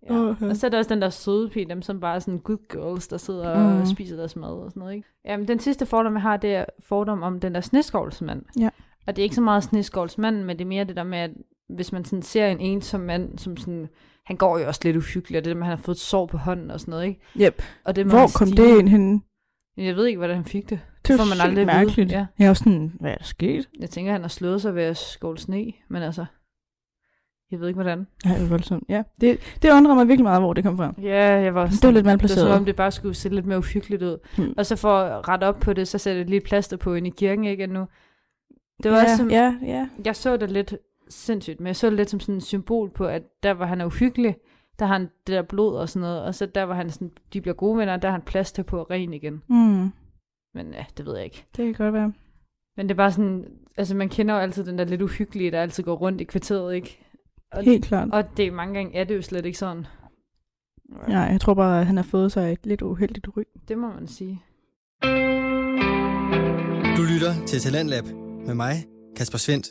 Ja. Uh-huh. Og så er der også den der søde pige, dem som bare er sådan good girls, der sidder og Mm. spiser deres mad og sådan noget, ikke? Jamen, den sidste fordom, jeg har, det er fordom om den der sneskovlsmand. Ja. Og det er ikke så meget sneskovlsmanden, men det er mere det der med, at hvis man sådan ser en ensom mand, som sådan, han går jo også lidt uhyggeligt, og det der med, at han har fået et sår på hånden og sådan noget, ikke? Yep. Og det må Hvor han kom stige- det ind henne? Jeg ved ikke, hvordan han fik det. Det var får man aldrig sygt at vide. mærkeligt. Ja. Jeg er også sådan, hvad er der sket? Jeg tænker, han har slået sig ved at skåle sne, men altså, jeg ved ikke, hvordan. Ja, det er voldsomt. Ja, det, det undrer mig virkelig meget, hvor det kom fra. Ja, jeg var Det var lidt Det var malplaceret. som om, det bare skulle se lidt mere uhyggeligt ud. Hmm. Og så for at rette op på det, så sætter jeg lige plaster på ind i kirken igen nu. Det var ja, også som, ja, ja. jeg så det lidt sindssygt, men jeg så det lidt som sådan et symbol på, at der var han er uhyggelig, der har han det der blod og sådan noget, og så der var han sådan, de bliver gode venner, der har han plaster på at ren igen. Mm, Men ja, det ved jeg ikke. det kan godt være. Men det er bare sådan, altså man kender jo altid den der lidt uhyggelige, der altid går rundt i kvarteret, ikke? Og, Helt klart. og det mange gange er det jo slet ikke sådan. Ja, jeg tror bare, at han har fået sig et lidt uheldigt ry. Det må man sige. Du lytter til Talentlab med mig, Kasper Svendt.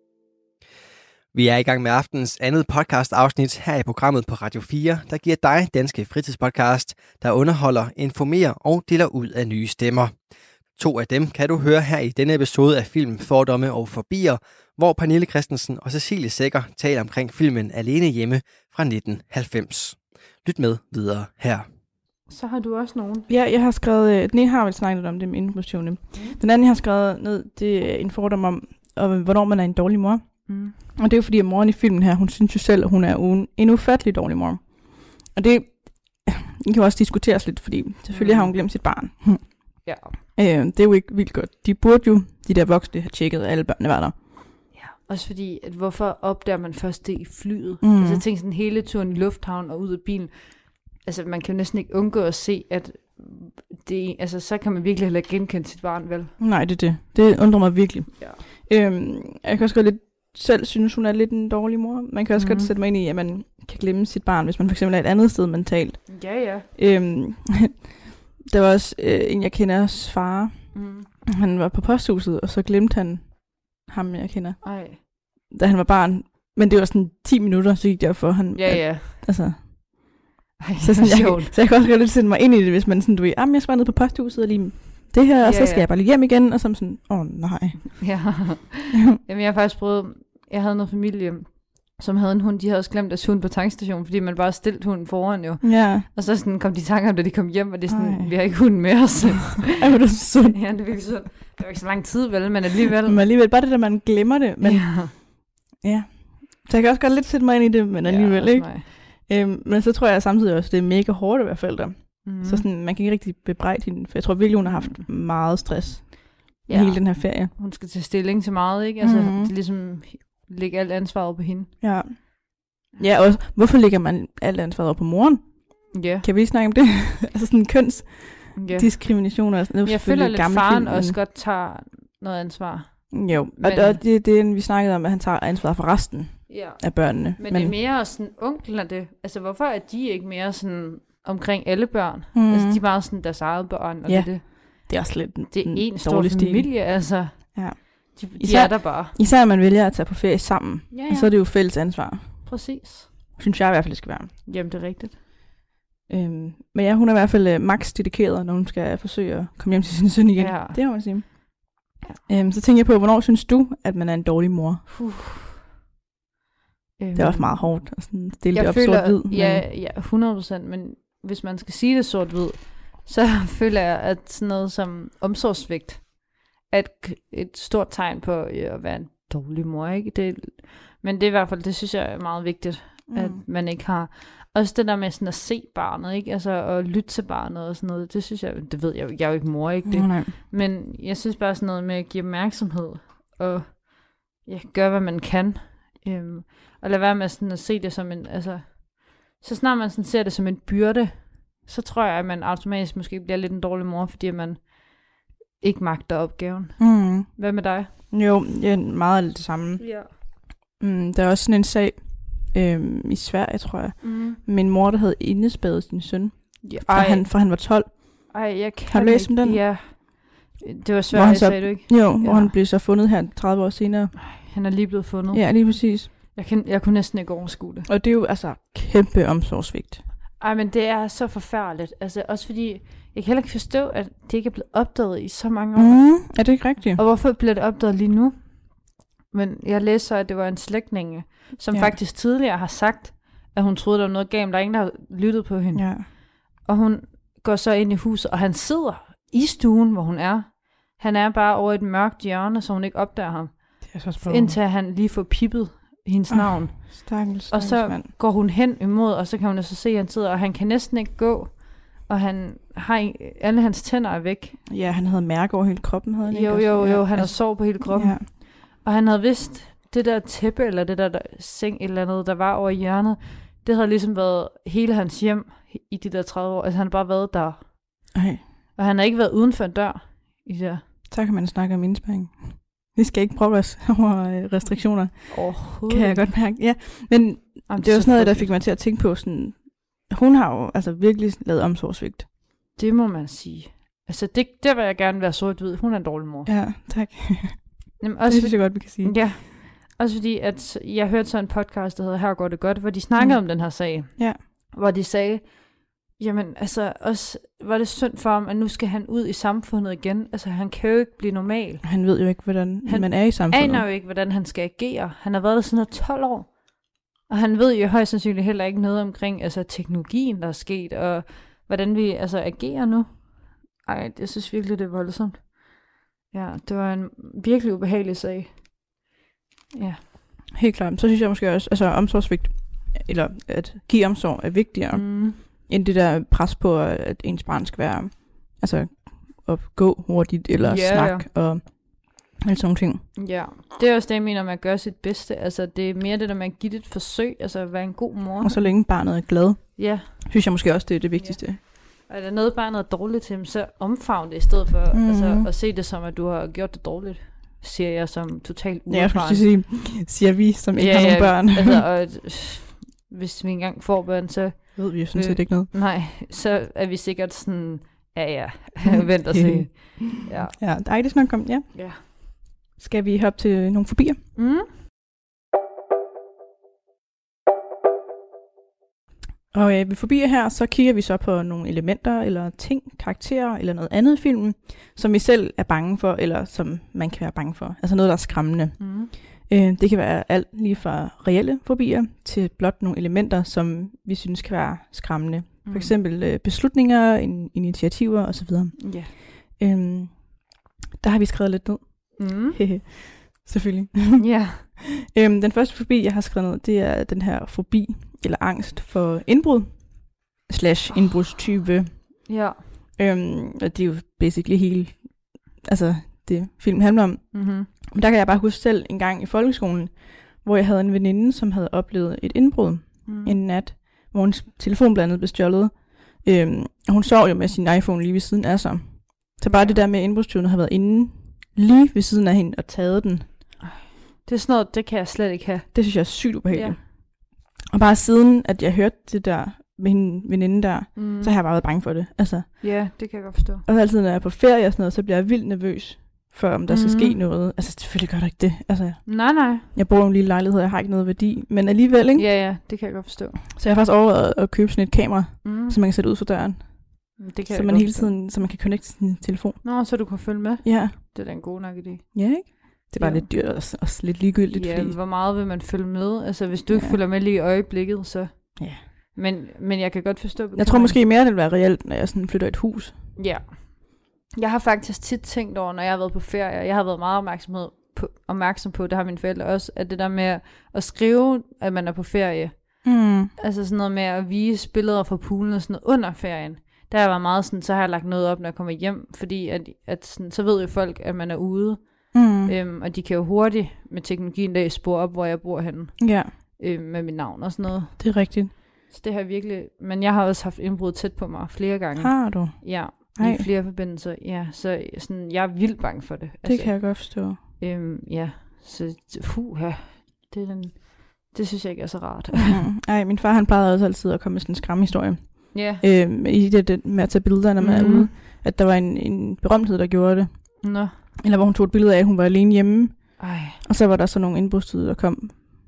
Vi er i gang med aftens andet podcast-afsnit her i programmet på Radio fire, der giver dig danske fritidspodcast, der underholder, informerer og deler ud af nye stemmer. To af dem kan du høre her i denne episode af film Fordomme og Fobier, hvor Pernille Christensen og Cecilie Sækker taler omkring filmen Alene Hjemme fra nitten halvfems. Lyt med videre her. Så har du også nogen. Ja, jeg har skrevet, øh, den ene har vel snakket om det med information. Mm. Den anden, jeg har skrevet ned, det er en fordom om, om, hvornår man er en dårlig mor. Mm. Og det er jo fordi, at moren i filmen her, hun synes jo selv, at hun er en, en ufattelig dårlig mor. Og det, det kan jo også diskuteres lidt, fordi selvfølgelig Mm. har hun glemt sit barn. Ja. Øh, det er jo ikke vildt godt. De burde jo, de der voksne, have tjekket, at alle børnene var der. Ja, også fordi, at hvorfor opdager man først det i flyet? Mm. Mm. Altså jeg tænker sådan hele turen i lufthavnen og ud af bilen. Altså man kan jo næsten ikke undgå at se, at det, altså, så kan man virkelig heller ikke genkende sit barn, vel? Nej, det er det. Det undrer mig virkelig. Ja. Øhm, jeg kan også godt lidt selv synes, hun er lidt en dårlig mor. Man kan også mm. Mhm. godt sætte mig ind i, at man kan glemme sit barn, hvis man for eksempel er et andet sted mentalt. Ja, ja. Øhm, der var også øh, en, jeg kenders far. Mm. Han var på posthuset, og så glemte han ham, jeg kender, Ej. da han var barn. Men det var sådan ti minutter, så gik det op for han. Ja, ja. Altså, Ej, så, sådan, jeg, sjovt. så jeg kan også godt lidt sætte mig ind i det, hvis man sådan, du ved, ah, jeg skal bare ned på posthuset og lige det her, og Ja, så skal ja. jeg bare lige hjem igen, og så er man sådan, åh oh, nej. Ja. Jamen, jeg har faktisk prøvet, jeg havde noget familie, som havde en hund, de havde også glemt deres hund på tankstationen, fordi man bare stillede hunden foran jo. Ja, Og så sådan kom de i tanke om, da de kom hjem, og det er sådan, Ej. vi har ikke hunden med os. ej, hvor er det så sundt. Ja, det er virkelig sundt. Det var ikke så lang tid, vel, men alligevel. Men alligevel, bare det der, man glemmer det. Men, ja. ja, ja. Så jeg kan også godt lidt sætte mig ind i det, men alligevel ja, ikke. mig. Øhm, men så tror jeg samtidig også, det er mega hårdt at være forældre. Mm. Mm. Så sådan, man kan ikke rigtig bebrejde hende, for jeg tror virkelig, hun har haft meget stress ja. Ja. hele den her ferie. Hun skal tage stilling til meget, ikke? Altså, Mhm. det er ligesom lægge alt ansvaret på hende. Ja. Ja, og hvorfor lægger man alt ansvaret over på moren? Ja. Kan vi snakke om det? altså sådan køns ja. diskrimination og sådan noget. Jeg føler lidt, faren også godt tager noget ansvar. Jo, og, Men- og det er det, vi snakkede om, at han tager ansvar for resten Ja. af børnene. Men, Men det er mere sådan, onklerne det. Altså, hvorfor er de ikke mere sådan omkring alle børn? Mhm. Mm. Altså, de er bare sådan deres eget børn, og Ja. det, er det. det er også lidt en, det er en en stor dårlig stil. familie, altså. Ja. De, de Især- er der bare. Især at man vælger at tage på ferie sammen, Ja, og så er det jo fælles ansvar. Præcis. Synes jeg i hvert fald, det skal være. Jamen, det er rigtigt. Øhm, men ja, hun er i hvert fald uh, max dedikeret, når hun skal forsøge at komme hjem til sin søn igen. Ja. Det må man sige. Ja. Øhm, så tænker jeg på, hvornår synes du, at man er en dårlig mor? Uh. Det er også meget hårdt at sådan stille det Jeg op føler, sort-hvid. men- ja, ja, hundrede procent, men hvis man skal sige det sort-hvid, så føler jeg, at sådan noget som omsorgssvigt er et, et stort tegn på øh, at være en dårlig mor, ikke? Det, men det er i hvert fald, det synes jeg er meget vigtigt, mm. at man ikke har. Også det der med sådan at se barnet, ikke? Altså at lytte til barnet og sådan noget, det synes jeg, det ved jeg jo, jeg er jo ikke mor, ikke det? Nej, nej. Men jeg synes bare sådan noget med at give opmærksomhed, og ja, gøre hvad man kan, øhm, og lade være med sådan at se det som en, altså, så snart man sådan ser det som en byrde, så tror jeg, at man automatisk måske bliver lidt en dårlig mor, fordi man ikke magter opgaven. Mm. Hvad med dig? Jo, det er meget af det samme. Ja. Mm, der er også sådan en sag øhm, i Sverige, tror jeg. Mm. Min mor, der havde indespærret sin søn, Ja, fra han, fra han var tolv. ej, jeg kan Har du læst ikke. om den? Ja. Det var Hvor svært, han jeg så- sagde du ikke? Jo, Ja. hvor han blev så fundet her tredive år senere. Han er lige blevet fundet. Ja, lige præcis. Jeg, kan, jeg kunne næsten ikke overskue det. Og det er jo altså kæmpe omsorgsvigt. Ej, men det er så forfærdeligt. Altså også fordi, jeg kan heller ikke forstå, at det ikke er blevet opdaget i så mange år. Mm, er det ikke rigtigt? Og hvorfor bliver det opdaget lige nu? Men jeg læste så, at det var en slægtning, som Ja. ja. faktisk tidligere har sagt, at hun troede, der var noget galt. Der er ingen, der har lyttet på hende. Ja. Og hun går så ind i huset, og han sidder i stuen, hvor hun er. Han er bare over et mørkt hjørne, så hun ikke opdager ham. Det er så spændende. Indtil han lige får pippet hendes Ah, navn. Stakkels, Og stakkels så mand. går hun hen imod, og så kan hun altså se, at han sidder, og han kan næsten ikke gå. Og han har en- alle hans tænder er væk. Ja, han havde mærke over hele kroppen, havde han ikke Jo, også? jo, Ja, jo, han har altså, sår på hele kroppen. Ja. Og han havde vidst, det der tæppe, eller det der, der seng, eller andet, der var over hjørnet, det havde ligesom været hele hans hjem i de der tredive år. Altså han har bare været der. Ej, Og han har ikke været uden for en dør i det der. så kan man snakke om indspæring. Vi skal ikke brokke os over øh, restriktioner, Overhovedet. kan jeg godt mærke. Ja, men Jamen, det er jo så sådan noget, der frygteligt. fik mig til at tænke på sådan, hun har jo altså virkelig lavet omsorgsvigt. Det må man sige. Altså det, der vil jeg gerne være sort-hvid. Hun er en dårlig mor. Ja, tak. Jamen, Det også synes jeg godt, vi kan sige. Ja, også fordi, at jeg hørte så en podcast, der hedder Her går det godt, hvor de snakkede Mm. om den her sag. Ja. Hvor de sagde, jamen altså, også var det synd for ham, at nu skal han ud i samfundet igen. Altså, han kan jo ikke blive normal. Han ved jo ikke, hvordan Han man er i samfundet. Aner jo ikke, hvordan han skal agere. Han har været der siden tolv år. Og han ved jo højst sandsynligt heller ikke noget omkring altså, teknologien, der er sket, og hvordan vi altså agerer nu. Ej, jeg synes virkelig, det er voldsomt. Ja, det var en virkelig ubehagelig sag. Ja. Helt klart. Så synes jeg måske også, altså omsorgsvigt, eller at give omsorg er vigtigere, mm. Mm. end det der pres på, at ens barn skal være, altså at gå hurtigt, eller Ja, snakke, og alle sådan nogle ting. Ja, det er også det, jeg mener med at gøre sit bedste. Altså, det er mere det der med at give det et forsøg, altså at være en god mor. Og så længe barnet er glad, Ja, synes jeg måske også, det er det vigtigste. og er der noget, barnet er dårligt til, så omfavn det, i stedet for Mhm. mm. altså, at se det som, at du har gjort det dårligt, siger jeg som totalt Ja, jeg skulle uerfaren. sige, siger vi, som ikke Ja, har nogen ja, børn. altså, og at, øh, hvis vi engang får børn, så, ved vi jo sådan set ikke noget. nej, så er vi sikkert sådan, ja ja, vent og se. Ja. Ja, ej, det er nok kommet, ja. Ja. Skal vi hoppe til nogle fobier? Mm. Og øh, ved fobier her, så kigger vi så på nogle elementer, eller ting, karakterer, eller noget andet i filmen, som vi selv er bange for, eller som man kan være bange for. Altså noget, der er skræmmende. Mm. Øh, det kan være alt lige fra reelle fobier, til blot nogle elementer, som vi synes kan være skræmmende. Mm. For eksempel øh, beslutninger, in- initiativer osv. Ja. Øhm, der har vi skrevet lidt ned. Mm. Selvfølgelig. Ja. øhm, den første fobi, jeg har skrevet ned, det er den her fobi, eller angst for indbrud, slash indbrudstype. Ja. Øhm, og det er jo basically hele, altså det film handler om. Mm-hmm. Men der kan jeg bare huske selv en gang i folkeskolen, hvor jeg havde en veninde, som havde oplevet et indbrud Mm. en nat, hvor hendes telefon blandt andet blev stjålet. Øhm, og hun sov jo med sin iPhone lige ved siden af sig. Så bare det der med, at indbrudstyvene har været inde lige ved siden af hende og taget den, Det er sådan noget, det kan jeg slet ikke have. det synes jeg er sygt ubehageligt. Ja. Og bare siden, at jeg hørte det der med hende veninde der, Mm. så har jeg bare været bange for det. Altså, Ja, det kan jeg godt forstå. og så altid, når jeg er på ferie og sådan noget, så bliver jeg vildt nervøs for, om der skal Mhm. ske noget. Altså, selvfølgelig gør der ikke det. Altså, Nej, nej. jeg bor i en lille lejlighed, jeg har ikke noget værdi. Men alligevel, ikke? Ja, ja, det kan jeg godt forstå. Så jeg har faktisk overvejet at købe sådan et kamera, Mm. som man kan sætte ud for døren. Det kan Så jeg man godt hele forstå. tiden, så man kan connecte sin telefon. Nå, så du kan følge med. Ja, Det er da en god nok idé. ja ikke? Det er bare Jo. lidt dyrt og s- også lidt ligegyldigt, Ja, fordi... hvor meget vil man følge med? Altså, hvis du ikke Ja. følger med lige i øjeblikket, så... Ja. Men, men jeg kan godt forstå... Jeg tror bekymringen. måske mere, det vil være reelt, når jeg sådan flytter et hus. Ja. Jeg har faktisk tit tænkt over, når jeg har været på ferie, jeg har været meget opmærksomhed på, opmærksom på, det har mine forældre også, at det der med at skrive, at man er på ferie, Mm. altså sådan noget med at vise billeder fra poolen og sådan noget under ferien, der har jeg været meget sådan, så har jeg lagt noget op, når jeg kommer hjem, fordi at, at sådan, så ved jo folk, at man er ude, Mm. øhm, og de kan jo hurtigt med teknologien der spore op, hvor jeg bor henne, Ja, øhm, med mit navn og sådan noget. det er rigtigt. Så det har jeg virkelig, men jeg har også haft indbrud tæt på mig flere gange. Har du? Ja, Ej. i flere forbindelser, ja, så sådan, jeg er vildt bange for det. Det kan jeg godt forstå. Øhm, ja, så fuh, ja, det, er den, det synes jeg ikke er så rart. Mm. Ej, min far han plejede også altid at komme med sådan en skræmmehistorie. Ja, Øhm, I det, det med at tage billeder, når man Mhm. er ude. At der var en, en berømthed, der gjorde det. nå, Eller hvor hun tog et billede af, at hun var alene hjemme. ej, Og så var der så nogle indbrudstyder, der kom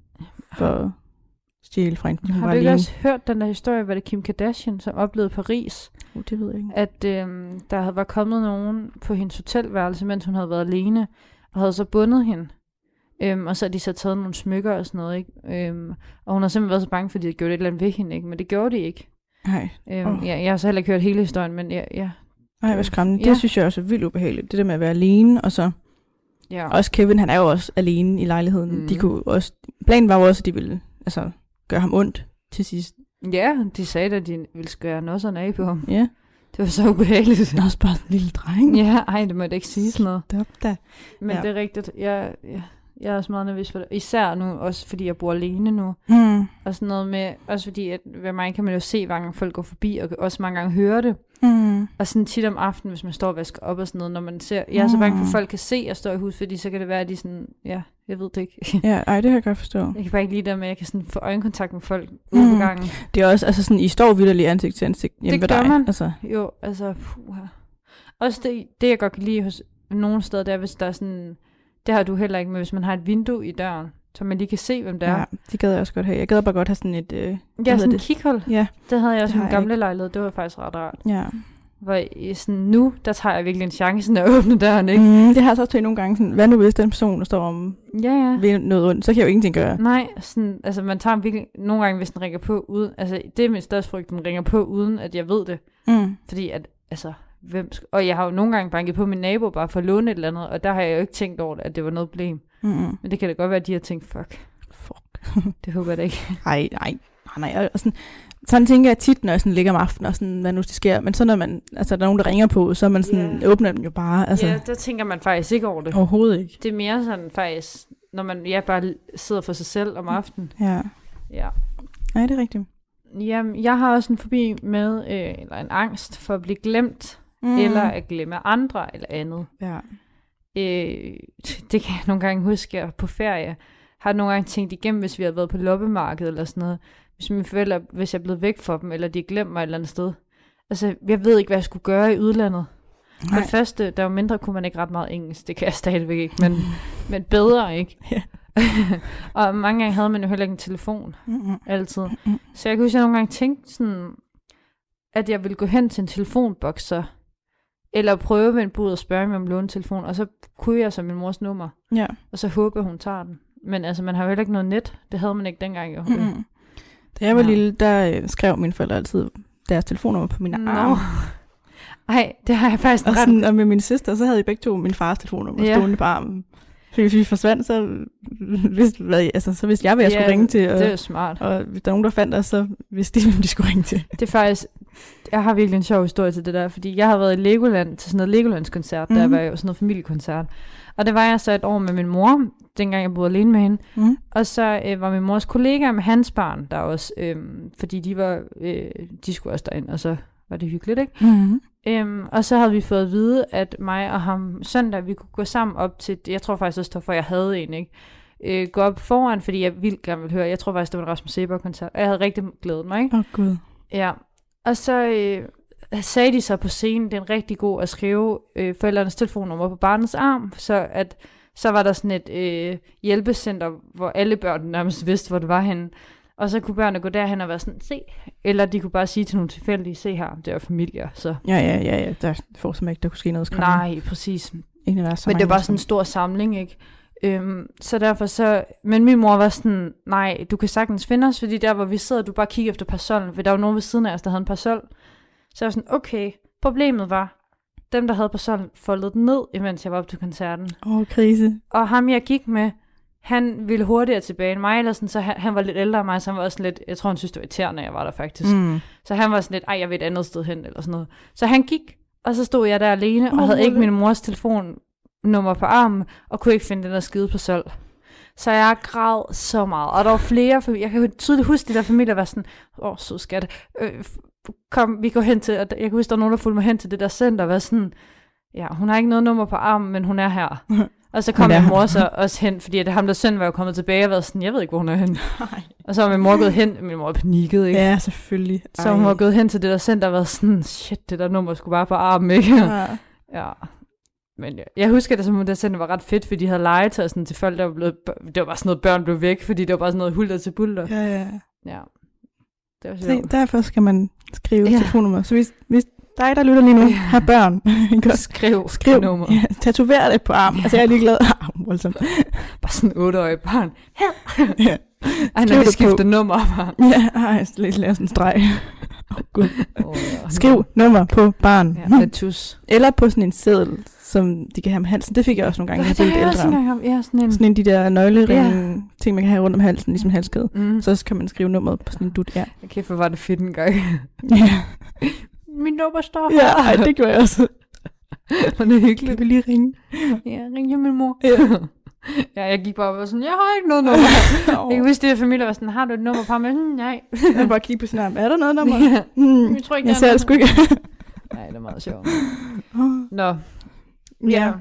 for at stjæle fra hende. Har du ikke også hørt den der historie, hvor det Kim Kardashian, som oplevede Paris? Oh, det ved jeg ikke. At øhm, der var kommet nogen på hendes hotelværelse, mens hun havde været alene, og havde så bundet hende. Øhm, og så havde de så taget nogle smykker og sådan noget, ikke? Øhm, og hun har simpelthen været så bange, fordi de gjorde et eller andet ved hende, ikke? Men det gjorde de ikke. Nej. Øhm, Oh. ja, jeg har så heller ikke hørt hele historien, men ja. ja. Nej, hvad skræmmende. Ja. Det synes jeg også er vildt ubehageligt. Det der med at være alene, og så ja. også Kevin, han er jo også alene i lejligheden. Mm. De kunne også, planen var jo også, at de ville altså, gøre ham ondt til sidst. Ja, de sagde at de ville skære nosserne af på ham. Ja. Det var så ubehageligt. Han er også bare sådan en lille dreng. Ja, ej, det må jeg ikke sige sådan noget. Stop da. Men Ja. det er rigtigt. Jeg, jeg, jeg er også meget nervøs for det. Især nu, også fordi jeg bor alene nu. Mm. Og sådan noget med, også fordi, at ved mig kan man jo se, hvor mange folk går forbi, og også mange gange høre det. Mm. Og sådan tit om aftenen, hvis man står og vasker op og sådan noget, når man ser, jeg er så bange for, at folk kan se, at jeg står i hus, fordi så kan det være, at de sådan, ja, jeg ved det ikke. Ja, ej, det kan jeg godt forstå. Jeg kan bare ikke lide det med, at jeg kan sådan få øjenkontakt med folk ude Mm. på gangen. Det er også, altså sådan, I står vitterligt ansigt til ansigt hjemme Det ved gør dig. man. Altså. Jo, altså, puha. Også det, det, jeg godt kan lide hos nogle steder, det er, hvis der er sådan, det har du heller ikke, men hvis man har et vindue i døren, så man lige kan se, hvem det er. Ja, det gad jeg også godt have. Jeg gad bare godt have sådan et... Øh, Ja, hedder sådan det? et kighul. Ja, Det havde jeg også Det i har min jeg gamle lejlighed. Det var faktisk ret rart. ja. Hvor i sådan nu, der tager jeg virkelig en chance, når jeg åbner døren, ikke? Mm, det har jeg så også tænkt nogle gange. Sådan, hvad nu hvis den person, der står om Ja, ja. ved noget ondt, så kan jeg jo ingenting gøre. Nej, sådan, altså man tager virkelig, nogle gange, hvis den ringer på uden, altså det er min største frygt, den ringer på uden, at jeg ved det. Mm. Fordi at, altså, hvem, sk- og jeg har jo nogle gange banket på min nabo bare for at låne et eller andet, og der har jeg jo ikke tænkt over, at det var noget problem. Mm-hmm. Men det kan da godt være, at de har tænkt, fuck, Fuck. det håber jeg da ikke. Ej, nej, nej, nej. Og sådan, sådan tænker jeg tit, når jeg sådan ligger om aftenen, og sådan, hvad nu det sker. Men så når man, altså, der er nogen, der ringer på, så er man sådan, Ja. åbner den jo bare. Altså, Ja, der tænker man faktisk ikke over det. overhovedet ikke. Det er mere sådan faktisk, når man ja, bare sidder for sig selv om aftenen. Ja. Ja. Nej, det er rigtigt. Jamen, jeg har også en fobi med, øh, eller en angst for at blive glemt, mm. eller at glemme andre eller andet. Ja. Øh, det kan jeg nogle gange huske, jeg på ferie har nogle gange tænkt igennem, hvis vi har været på loppemarkedet eller sådan noget. Hvis mine forældre, hvis jeg er blevet væk fra dem, eller de har glemt mig et eller andet sted. Altså, jeg ved ikke, hvad jeg skulle gøre i udlandet. For Nej. det første, der var mindre, kunne man ikke ret meget engelsk. Det kan jeg stadigvæk ikke, men, men bedre, ikke? Ja. Og mange gange havde man jo heller ikke en telefon. Mm-hmm. Altid. Mm. Så jeg kunne huske, at jeg nogle gange tænkte sådan, at jeg ville gå hen til en telefonboks, så, eller prøve med en bud og spørge mig om låne telefon, og så kunne jeg så min mors nummer, Ja. og så håbe, hun tager den. Men altså, man har jo heller ikke noget net. Det havde man ikke dengang, jo. Mm-hmm. Da jeg var Ja. lille, der øh, skrev mine forældre altid deres telefonnummer på mine Nå. arme. Ej, det har jeg faktisk Og, ret. sådan, og med min søster, så havde jeg begge to min fars telefonnummer Ja. stående på armen. Så hvis vi forsvandt, så vidste, hvad, altså, så vidste jeg, hvad jeg Ja, skulle ringe til. Og, Det er jo smart. og hvis der er nogen, der fandt os, så vidste de, hvem de skulle ringe til. Det er faktisk, jeg har virkelig en sjov historie til det der, fordi jeg har været i Legoland til sådan noget Legolands-koncert, mm-hmm. der var jo sådan noget familiekoncert. Og det var jeg så et år med min mor, dengang jeg boede alene med hende. Mm. Og så øh, var min mors kollega med hans barn der også, øh, fordi de var, øh, de skulle også derind, og så var det hyggeligt, ikke? Mm-hmm. Øhm, og så havde vi fået at vide, at mig og ham søndag, vi kunne gå sammen op til, jeg tror faktisk også, for jeg havde en, ikke? Øh, gå op foran, fordi jeg vildt gerne ville høre, jeg tror faktisk, det var en Rasmus Seberg-koncert, og jeg havde rigtig glædet mig, ikke? Åh, oh, Gud. Ja, og så øh, sagde de så på scenen, det er en rigtig god at skrive øh, forældrenes telefonnummer på barnets arm, så at så var der sådan et øh, hjælpecenter, hvor alle børn nærmest vidste, hvor det var henne. Og så kunne børnene gå derhen og være sådan, se. Eller de kunne bare sige til nogle tilfældige, se her, det er familier. Så. Ja, ja, ja, ja. Der får simpelthen ikke, der kunne ske noget skræmmende. Nej, præcis. Egentlig var der så Men mange det var bare mennesker. sådan en stor samling, ikke? Øhm, så derfor så... Men min mor var sådan, nej, du kan sagtens finde os, fordi der, hvor vi sidder, du bare kigger efter parasollen, for der var nogen ved siden af os, der havde en parasol. Så jeg var sådan, okay, problemet var, dem, der havde parasollen, foldede den ned, imens jeg var op til koncerten. Åh, oh, krise. Og ham, jeg gik med, han ville hurtigere tilbage end mig, eller sådan, så han, han var lidt ældre end mig, så han var også lidt, jeg tror, han synes, det var irriterende, jeg var der faktisk. Mm. Så han var sådan lidt, ej, jeg vil et andet sted hen, eller sådan noget. Så han gik, og så stod jeg der alene, og Åh, havde ikke Mulle. min mors telefonnummer på armen, og kunne ikke finde den der skide på sol. Så jeg græd så meget, og der var flere familier, jeg kan jo tydeligt huske, de der familier var sådan, åh, sød skat, øh, kom, vi går hen til, og jeg kan huske, der var nogen, der fulgte mig hen til det der center, og var sådan, ja, hun har ikke noget nummer på armen, men hun er her. Og så kom Hun er min her. mor så også hen, fordi det ham, der søn var jo kommet tilbage og var sådan, jeg ved ikke, hvor hun er henne. Og så var min mor gået hen, min mor panikkede, ikke? Ja, selvfølgelig. Så hun var gået hen til det der center og været sådan, shit, det der nummer skulle bare på armen, ikke? Ja. Ja. Men jeg, jeg husker det, som der var ret fedt, fordi de havde legetøj sådan, til folk, der var blevet... Det var bare sådan noget, børn blev væk, fordi det var bare sådan noget hulter til bulter. Ja, ja. Ja. Det var Se, sjovt. derfor skal man skrive Ja. telefonnummer. Så hvis, hvis dig, der lytter lige nu, har børn, ikke også? Skriv, Skriv, nummer. ja, tatover det på armen. Altså, jeg er ligeglad. Ah, voldsomt. Bare sådan en otteårig barn. Ja. Ej, Skriv når vi det skifter på. nummer. Bare. Ja, ej, jeg skal lige lave sådan en streg. Åh, oh, gud. Oh, ja. Skriv nummer på barn. Ja, med tus. Eller på sådan en seddel, som de kan have om halsen. Det fik jeg også nogle gange, Ja, jeg det blev har jeg lidt også ældre. engang haft. Ja, sådan en... Sådan en af de der nøgleringe, ja. ting, man kan have rundt om halsen, ligesom en halskæde. Mm. Så kan man skrive nummeret på sådan en dut, ja. Okay, for var det fedt en gang. Ja, Min nummer står ja ej, det gjorde jeg også. Og det er hyggeligt. Jeg vil lige ringe. Ja, ring min mor. Ja. Ja, jeg gik bare og var sådan, jeg har ikke noget nummer. Jeg kan huske, det familie var sådan, har du et nummer på mig? Nej. Jeg vil bare kigge på sin arm. Er der noget nummer? Ja. Hmm. Jeg tror ikke, Jeg der ser er det sgu ikke. Nej, det er meget sjovt. Nå. Ja.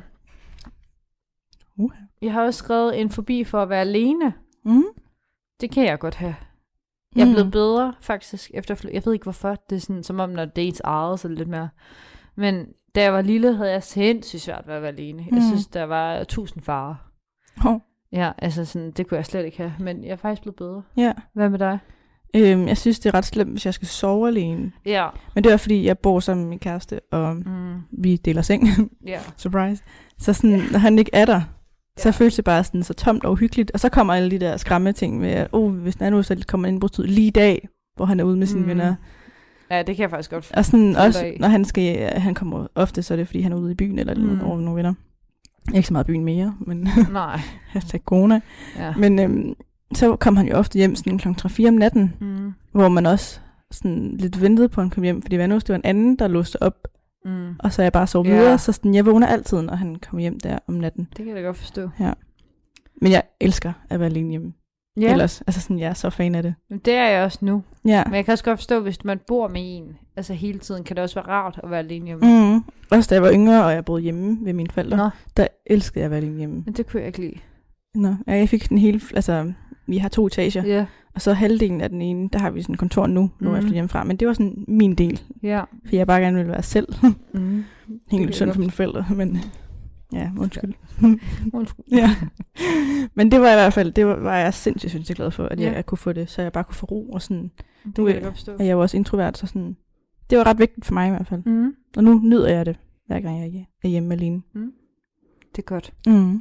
Uh. Jeg har også skrevet en forbi for at være alene. Mm. Det kan jeg godt have. Jeg er Mm. blevet bedre, faktisk, efter fly- Jeg ved ikke, hvorfor. Det er sådan, som om, når det er ens eget, så er det lidt mere. Men da jeg var lille, havde jeg sindssygt svært ved at være alene. Mm. Jeg Mm. synes, der var tusind farer. Oh. Ja, altså sådan, det kunne jeg slet ikke have. Men jeg er faktisk blevet bedre. Ja. Hvad med dig? Øhm, jeg synes, det er ret slemt, hvis jeg skal sove alene. Ja. Men det er fordi, jeg bor sammen med min kæreste, og Mm. vi deler seng. Ja. Surprise. Så sådan, når han ikke er der, så Ja. føles det bare sådan så tomt og uhyggeligt. Og så kommer alle de der skræmme ting med, at oh, hvis den er nu, så kommer indbrudstid lige i dag, hvor han er ude med sine Mm. venner. Ja, det kan jeg faktisk godt. Og sådan Føler også, af. når han skal, han kommer ofte, så er det fordi, han er ude i byen, eller Mm. mm. over med nogle venner. Ikke så meget byen mere, men Nej. hashtag corona. Ja. Men øhm, så kom han jo ofte hjem sådan klokken tre fire om natten, Mm. hvor man også sådan lidt ventede på, at han kom hjem, fordi hvad nu, hvis det var en anden, der låste op, Mm. og så er jeg bare sovet Ja. videre, så sådan, jeg vågner altid, når han kommer hjem der om natten. Det kan jeg da godt forstå. Men jeg elsker at være alene hjemme. Ja, Ellers, altså sådan, jeg er så fan af det. men det er jeg også nu. Ja. Men jeg kan også godt forstå, hvis man bor med en, altså hele tiden, kan det også være rart at være alene hjemme. Mm. Også da jeg var yngre, og jeg boede hjemme ved mine forældre, Nå, der elskede jeg at være alene hjemme. men det kunne jeg ikke lide. Nå, ja, jeg fik den hele, altså, vi har to etager, Ja, og så halvdelen af den ene, der har vi sådan et kontor nu, nu er jeg Mhm. flyttet hjemmefra, men det var sådan min del, ja. for jeg bare gerne ville være selv. Mm. Helt jeg lidt synd godt. for mine forældre, men ja, undskyld. Undskyld. Ja. Men det var i hvert fald, det var, var jeg sindssygt, sindssygt glad for, at jeg, Ja. jeg kunne få det, så jeg bare kunne få ro, og sådan, Det Nu kan er- jeg godt forstå. og jeg var også introvert, så sådan, det var ret vigtigt for mig i hvert fald. Mm. Og nu nyder jeg det, hver gang jeg er hjemme alene. Det er godt. Mm.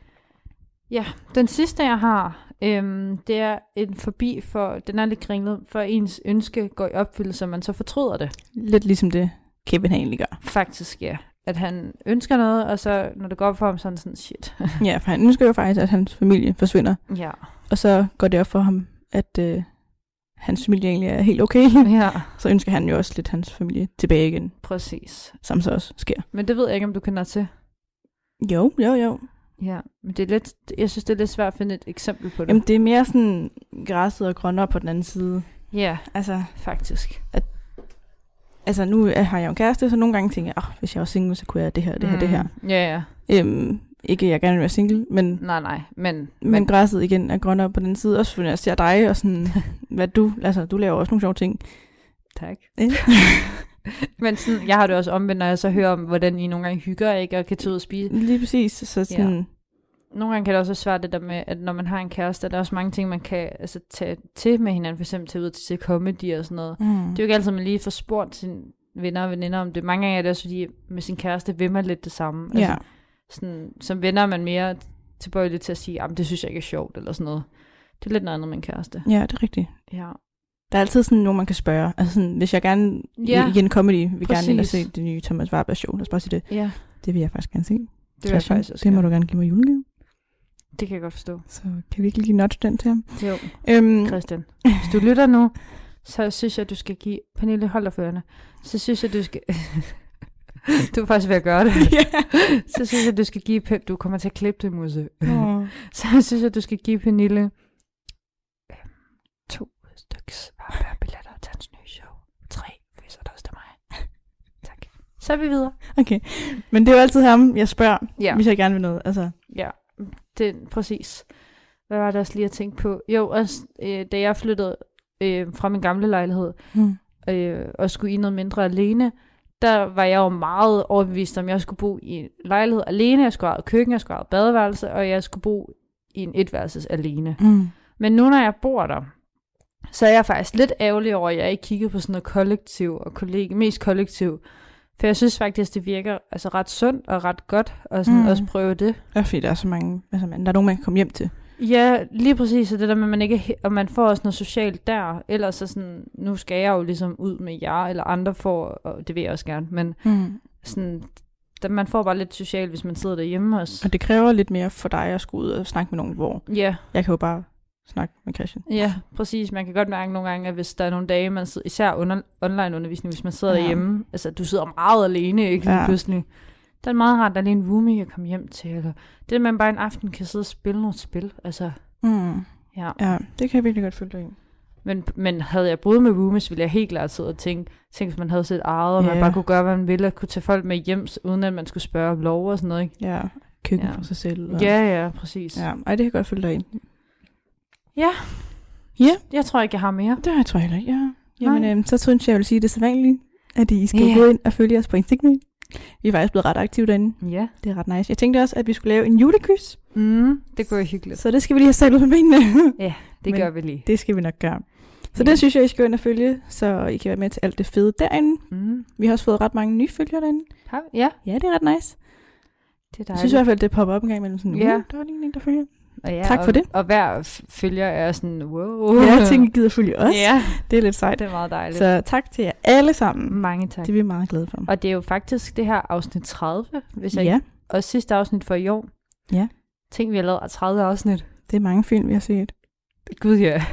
Ja, den sidste, jeg har, øhm, det er en forbi for, den er lidt kringlet, for ens ønske går i opfyldelse, og man så fortryder det. Lidt ligesom det, Kevin han egentlig gør. Faktisk, ja. At han ønsker noget, og så når det går op for ham, så er han sådan, shit. Ja, for han ønsker jo faktisk, at hans familie forsvinder. Ja. Og så går det op for ham, at øh, hans familie egentlig er helt okay. Ja, Så ønsker han jo også lidt hans familie tilbage igen, præcis. som så også sker. Men det ved jeg ikke, om du kender til. Jo, jo, jo. Ja, men det er lidt, jeg synes, det er lidt svært at finde et eksempel på det. Jamen, det er mere sådan græsset og grønnere på den anden side. Ja, Altså, faktisk. altså nu er- har jeg jo en kæreste, så nogle gange tænker jeg, oh, hvis jeg var single, så kunne jeg det her, det her, det her. Mm. Ja, ja. Øhm, ikke, at jeg gerne vil være single, men, Nej, nej. Men, men græsset igen er grønnere på den side. Også fordi jeg ser dig, og sådan, hvad du, altså du laver også nogle sjove ting. tak. Ja. Men sådan, jeg har det også omvendt, når jeg så hører om, hvordan I nogle gange hygger, ikke, og kan tage ud og spise. Lige præcis, så sådan, Nogle gange kan det også være svært det der med, at når man har en kæreste, der er også mange ting, man kan altså, tage til med hinanden, for eksempel tage ud til se comedy og sådan noget. mm. Det er jo ikke altid, man lige får spurgt sine venner og veninder om det. Mange gange er det også, fordi med sin kæreste vil man lidt det samme. Ja. Altså, sådan, som venner er man mere tilbøjelig til at sige, det synes jeg ikke er sjovt, eller sådan noget. Det er lidt noget andet med en kæreste. Ja, det er rigtigt. Ja. Der er altid sådan nogen, man kan spørge. Altså sådan, hvis jeg gerne Ja, igen comedy vil præcis. gerne ind og se det nye Thomas Warberg show. Lad os bare sige det. Ja, Det vil jeg faktisk gerne se. det vil jeg faktisk også Det må gerne. du gerne give mig julegave. Det kan jeg godt forstå. Så kan vi ikke lige notch den til ham. Jo, Øhm, Christian. Hvis du lytter nu, så synes jeg, du skal give... Pernille, hold dig for ørerne. Så synes jeg, du skal... du er faktisk ved at gøre det. Så synes jeg, du skal give... Pe- Du kommer til at klippe det, Musse. Åh. Så synes jeg, du skal give Pernille øh, to styks billetter til hans nye show. Tre, hvis der også til mig. Tak. Så er vi videre. Okay, men det er jo altid ham, jeg spørger, Ja, hvis jeg gerne vil noget. Altså, ja. Det er præcis. Hvad var det også lige at tænke på? Jo, også øh, da jeg flyttede øh, fra min gamle lejlighed, hmm. øh, og skulle i noget mindre alene, der var jeg jo meget overbevist om, at jeg skulle bo i en lejlighed alene, jeg skulle have køkken, jeg skulle have badeværelse, og jeg skulle bo i en etværelses alene. Mm. Men nu, når jeg bor der, så er jeg faktisk lidt ærgerlig over, at jeg ikke kiggede på sådan noget kollektiv og kollega, mest kollektiv. For jeg synes faktisk, det virker altså ret sundt og ret godt, og sådan Mm. også prøve det. Ja, fordi der er så mange, altså man, der er nogen, man kan komme hjem til. Ja, lige præcis, og det der med, at man ikke er he- og man får også noget socialt der, ellers så sådan, nu skal jeg jo ligesom ud med jer, eller andre får, og det vil jeg også gerne, men Mm. sådan, der, man får bare lidt socialt, hvis man sidder derhjemme også. Og det kræver lidt mere for dig at skulle ud og snakke med nogen, hvor Ja, jeg kan jo bare snakke med Christian. ja, præcis. Man kan godt mærke nogle gange, at hvis der er nogle dage, man sidder, især under, online undervisning, hvis man sidder Ja. ja. derhjemme, altså du sidder meget alene, ikke lige Ja. pludselig. Der er meget rart, at der er lige en roomie, jeg komme hjem til, eller det, at man bare en aften kan sidde og spille noget spil, altså, Mm. ja. Ja, det kan jeg virkelig godt følge dig i. Men, men havde jeg boet med roomies, ville jeg helt klart sidde og tænke, tænke, hvis man havde sit eget, og man Ja. bare kunne gøre, hvad man ville, og kunne tage folk med hjem, uden at man skulle spørge om lov og sådan noget, ikke? Ja, køkken Ja. for sig selv. Og... Ja, ja, præcis. Ja, ej, det kan jeg godt følge dig i. Ja. Ja. Jeg tror ikke, jeg har mere. Det tror jeg heller ikke, ja. Jamen, Nej. øhm, så synes jeg, jeg vil sige det sædvanlige, at I skal Ja. gå ind og følge os på Instagram. Vi er faktisk blevet ret aktive derinde. Ja. Det er ret nice. Jeg tænkte også, at vi skulle lave en julekys, Mm, det går hyggeligt. så det skal vi lige have sat ud på benene. Ja, det Men- gør vi lige. Det skal vi nok gøre. Så Ja. det synes jeg, I skal gå ind og følge, så I kan være med til alt det fede derinde. Mm. Vi har også fået ret mange nye følgere derinde. Har vi? Ja, Ja, det er ret nice. det er Jeg synes i dejligt. hvert fald, det popper op en gang imellem sådan, Ja. uh, der var lige en, der følger. Og ja, Tak for og, det. Og hver f- følger er sådan, wow. Ja, jeg tænker, I gider følge os. Ja, Det er lidt sejt. det er meget dejligt. Så tak til jer alle sammen. Mange tak. Det er vi meget glade for. Og det er jo faktisk det her afsnit tredive, hvis jeg Ja, og sidste afsnit for i år. Ja. Tænk, vi har lavet tredive afsnit. det er mange film, vi har set. Gud, ja.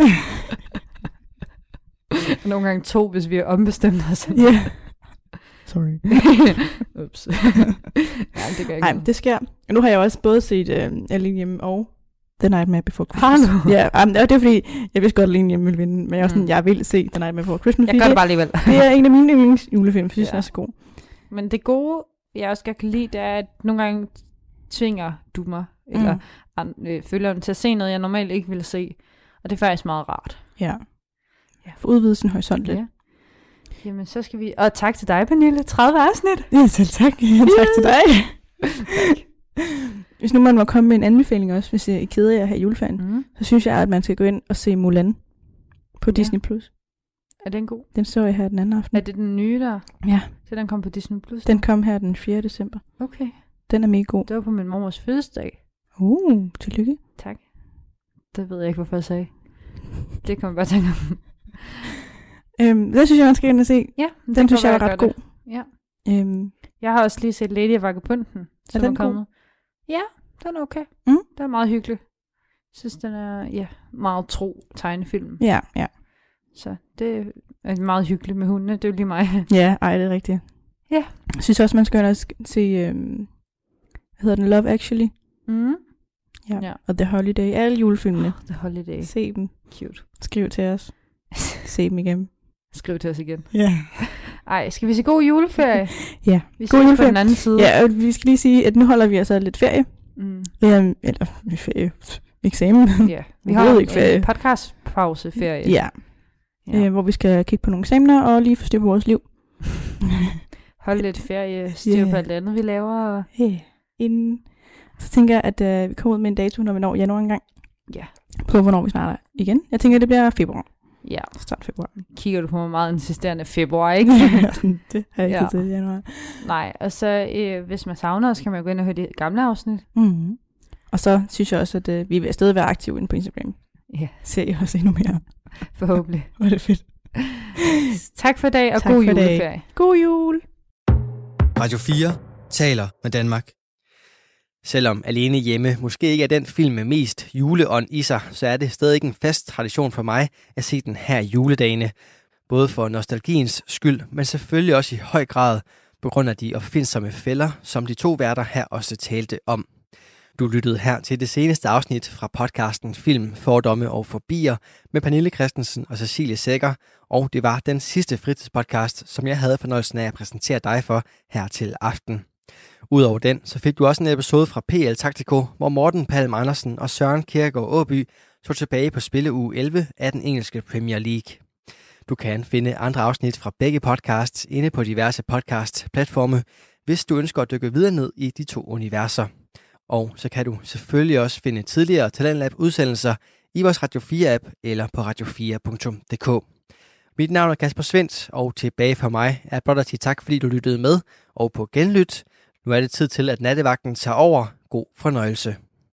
Nogle gange to, hvis vi har ombestemt os. Ja. Sorry. Ups. ja, det gør ikke Nej, noget. det sker. Og nu har jeg også både set øh, Alene Hjemme og The Nightmare Before Har Christmas. du? Ja, um, det er fordi, jeg vidste godt, at Alene Hjemme ville vinde, men jeg var sådan, Mm. jeg vil se The Nightmare Before Christmas. Jeg fordi gør det bare alligevel. det er en af mine yndlings julefilm, for jeg synes, Ja. den er så god. Men det gode, jeg også godt kan lide, det er, at nogle gange tvinger du mig, eller Mm. an, øh, følgeren til at se noget, jeg normalt ikke ville se. Og det er faktisk meget rart. Ja. Ja. For udvide sin horisont lidt. Ja. Jamen, så skal vi... Og tak til dig, Pernille. tredive afsnit. Ja, selv tak. Ja, tak til dig. Hvis nu man må komme med en anbefaling også, hvis I keder jer her i juleferien, Mm. så synes jeg, at man skal gå ind og se Mulan på Ja. Disney+. Plus. Er den god? Den så jeg her den anden aften. Er det den nye der? Ja, Så den kom på Disney Plus? den kom her den fjerde december. Okay. Den er mega god. Det var på min mormors fødselsdag. Uh, tillykke. Tak. Det ved jeg ikke, hvorfor jeg sagde. Det kommer jeg bare tænke om. Øhm, den synes jeg, man skal ind og se. Ja, Den det synes kan jeg være, var ret gør god. det. Ja. Øhm, Jeg har også lige set Lady og Vagabunden, som den er kommet. Ja, den er okay. Mm. Den er meget hyggelig. Jeg synes, den er ja, meget tro tegnefilm. ja, ja. Så det er meget hyggeligt med hundene. Det er jo lige mig. Ja, ej, det er rigtigt. Ja. Jeg synes også, man skal ind og sk- se, øhm, hvad hedder den, Love Actually. Mm. Ja. Ja. Og The Holiday. Alle julefilmene. The Holiday. Se dem. Cute. Skriv til os. Se dem igen. Skriv til os igen. Ja. Ej, skal vi se god juleferie? Ja. Vi God ses på juleferie. den anden side. Ja, og vi skal lige sige, at nu holder vi altså lidt ferie. Mm. Øhm, eller ferie. Eksamen. Ja. Vi Jeg har ved en, ikke, ferie. en podcastpauseferie. Ja. Ja. Øh, hvor vi skal kigge på nogle eksamener og lige forstyrre vores liv. Hold lidt ferie, styr Ja. på alt andet, vi laver. Og... Hey. Inden. Så tænker jeg, at øh, vi kommer ud med en dato, når vi når januar engang. Ja. På hvornår vi snart er igen. Jeg tænker, det bliver februar. Ja, Start februar. kigger du på mig meget insisterende februar, ikke? Sådan, det har jeg ikke Ja. tid til i januar. Nej, og så øh, hvis man savner os, kan man jo gå ind og høre det gamle afsnit. Mm-hmm. Og så synes jeg også, at øh, vi vil stadig være aktive inde på Instagram. Ja, Ser I også endnu mere. forhåbentlig. Hvor er det fedt. Tak for i dag, og Tak god for i dag. juleferie. God jul! Radio fire taler med Danmark. Selvom Alene Hjemme måske ikke er den film med mest juleånd i sig, så er det stadig en fast tradition for mig at se den her juledagene. Både for nostalgiens skyld, men selvfølgelig også i høj grad på grund af de opfindsomme fælder, som de to værter her også talte om. Du lyttede her til det seneste afsnit fra podcasten Film, Fordomme og Fobier med Pernille Christensen og Cecilie Sækker, og det var den sidste fritidspodcast, som jeg havde fornøjelsen af at præsentere dig for her til aften. Udover den, så fik du også en episode fra P L Taktiko, hvor Morten Palm Andersen og Søren Kierkegaard Åby tog tilbage på spilleuge elleve af den engelske Premier League. Du kan finde andre afsnit fra begge podcasts inde på diverse podcast-platforme, hvis du ønsker at dykke videre ned i de to universer. Og så kan du selvfølgelig også finde tidligere Talentlab-udsendelser i vores Radio fire-app eller på radio fire punktum d k. Mit navn er Kasper Svendt, og tilbage for mig er blot at sige tak, fordi du lyttede med, og på genlyt. Nu er det tid til, at nattevagten tager over. God fornøjelse.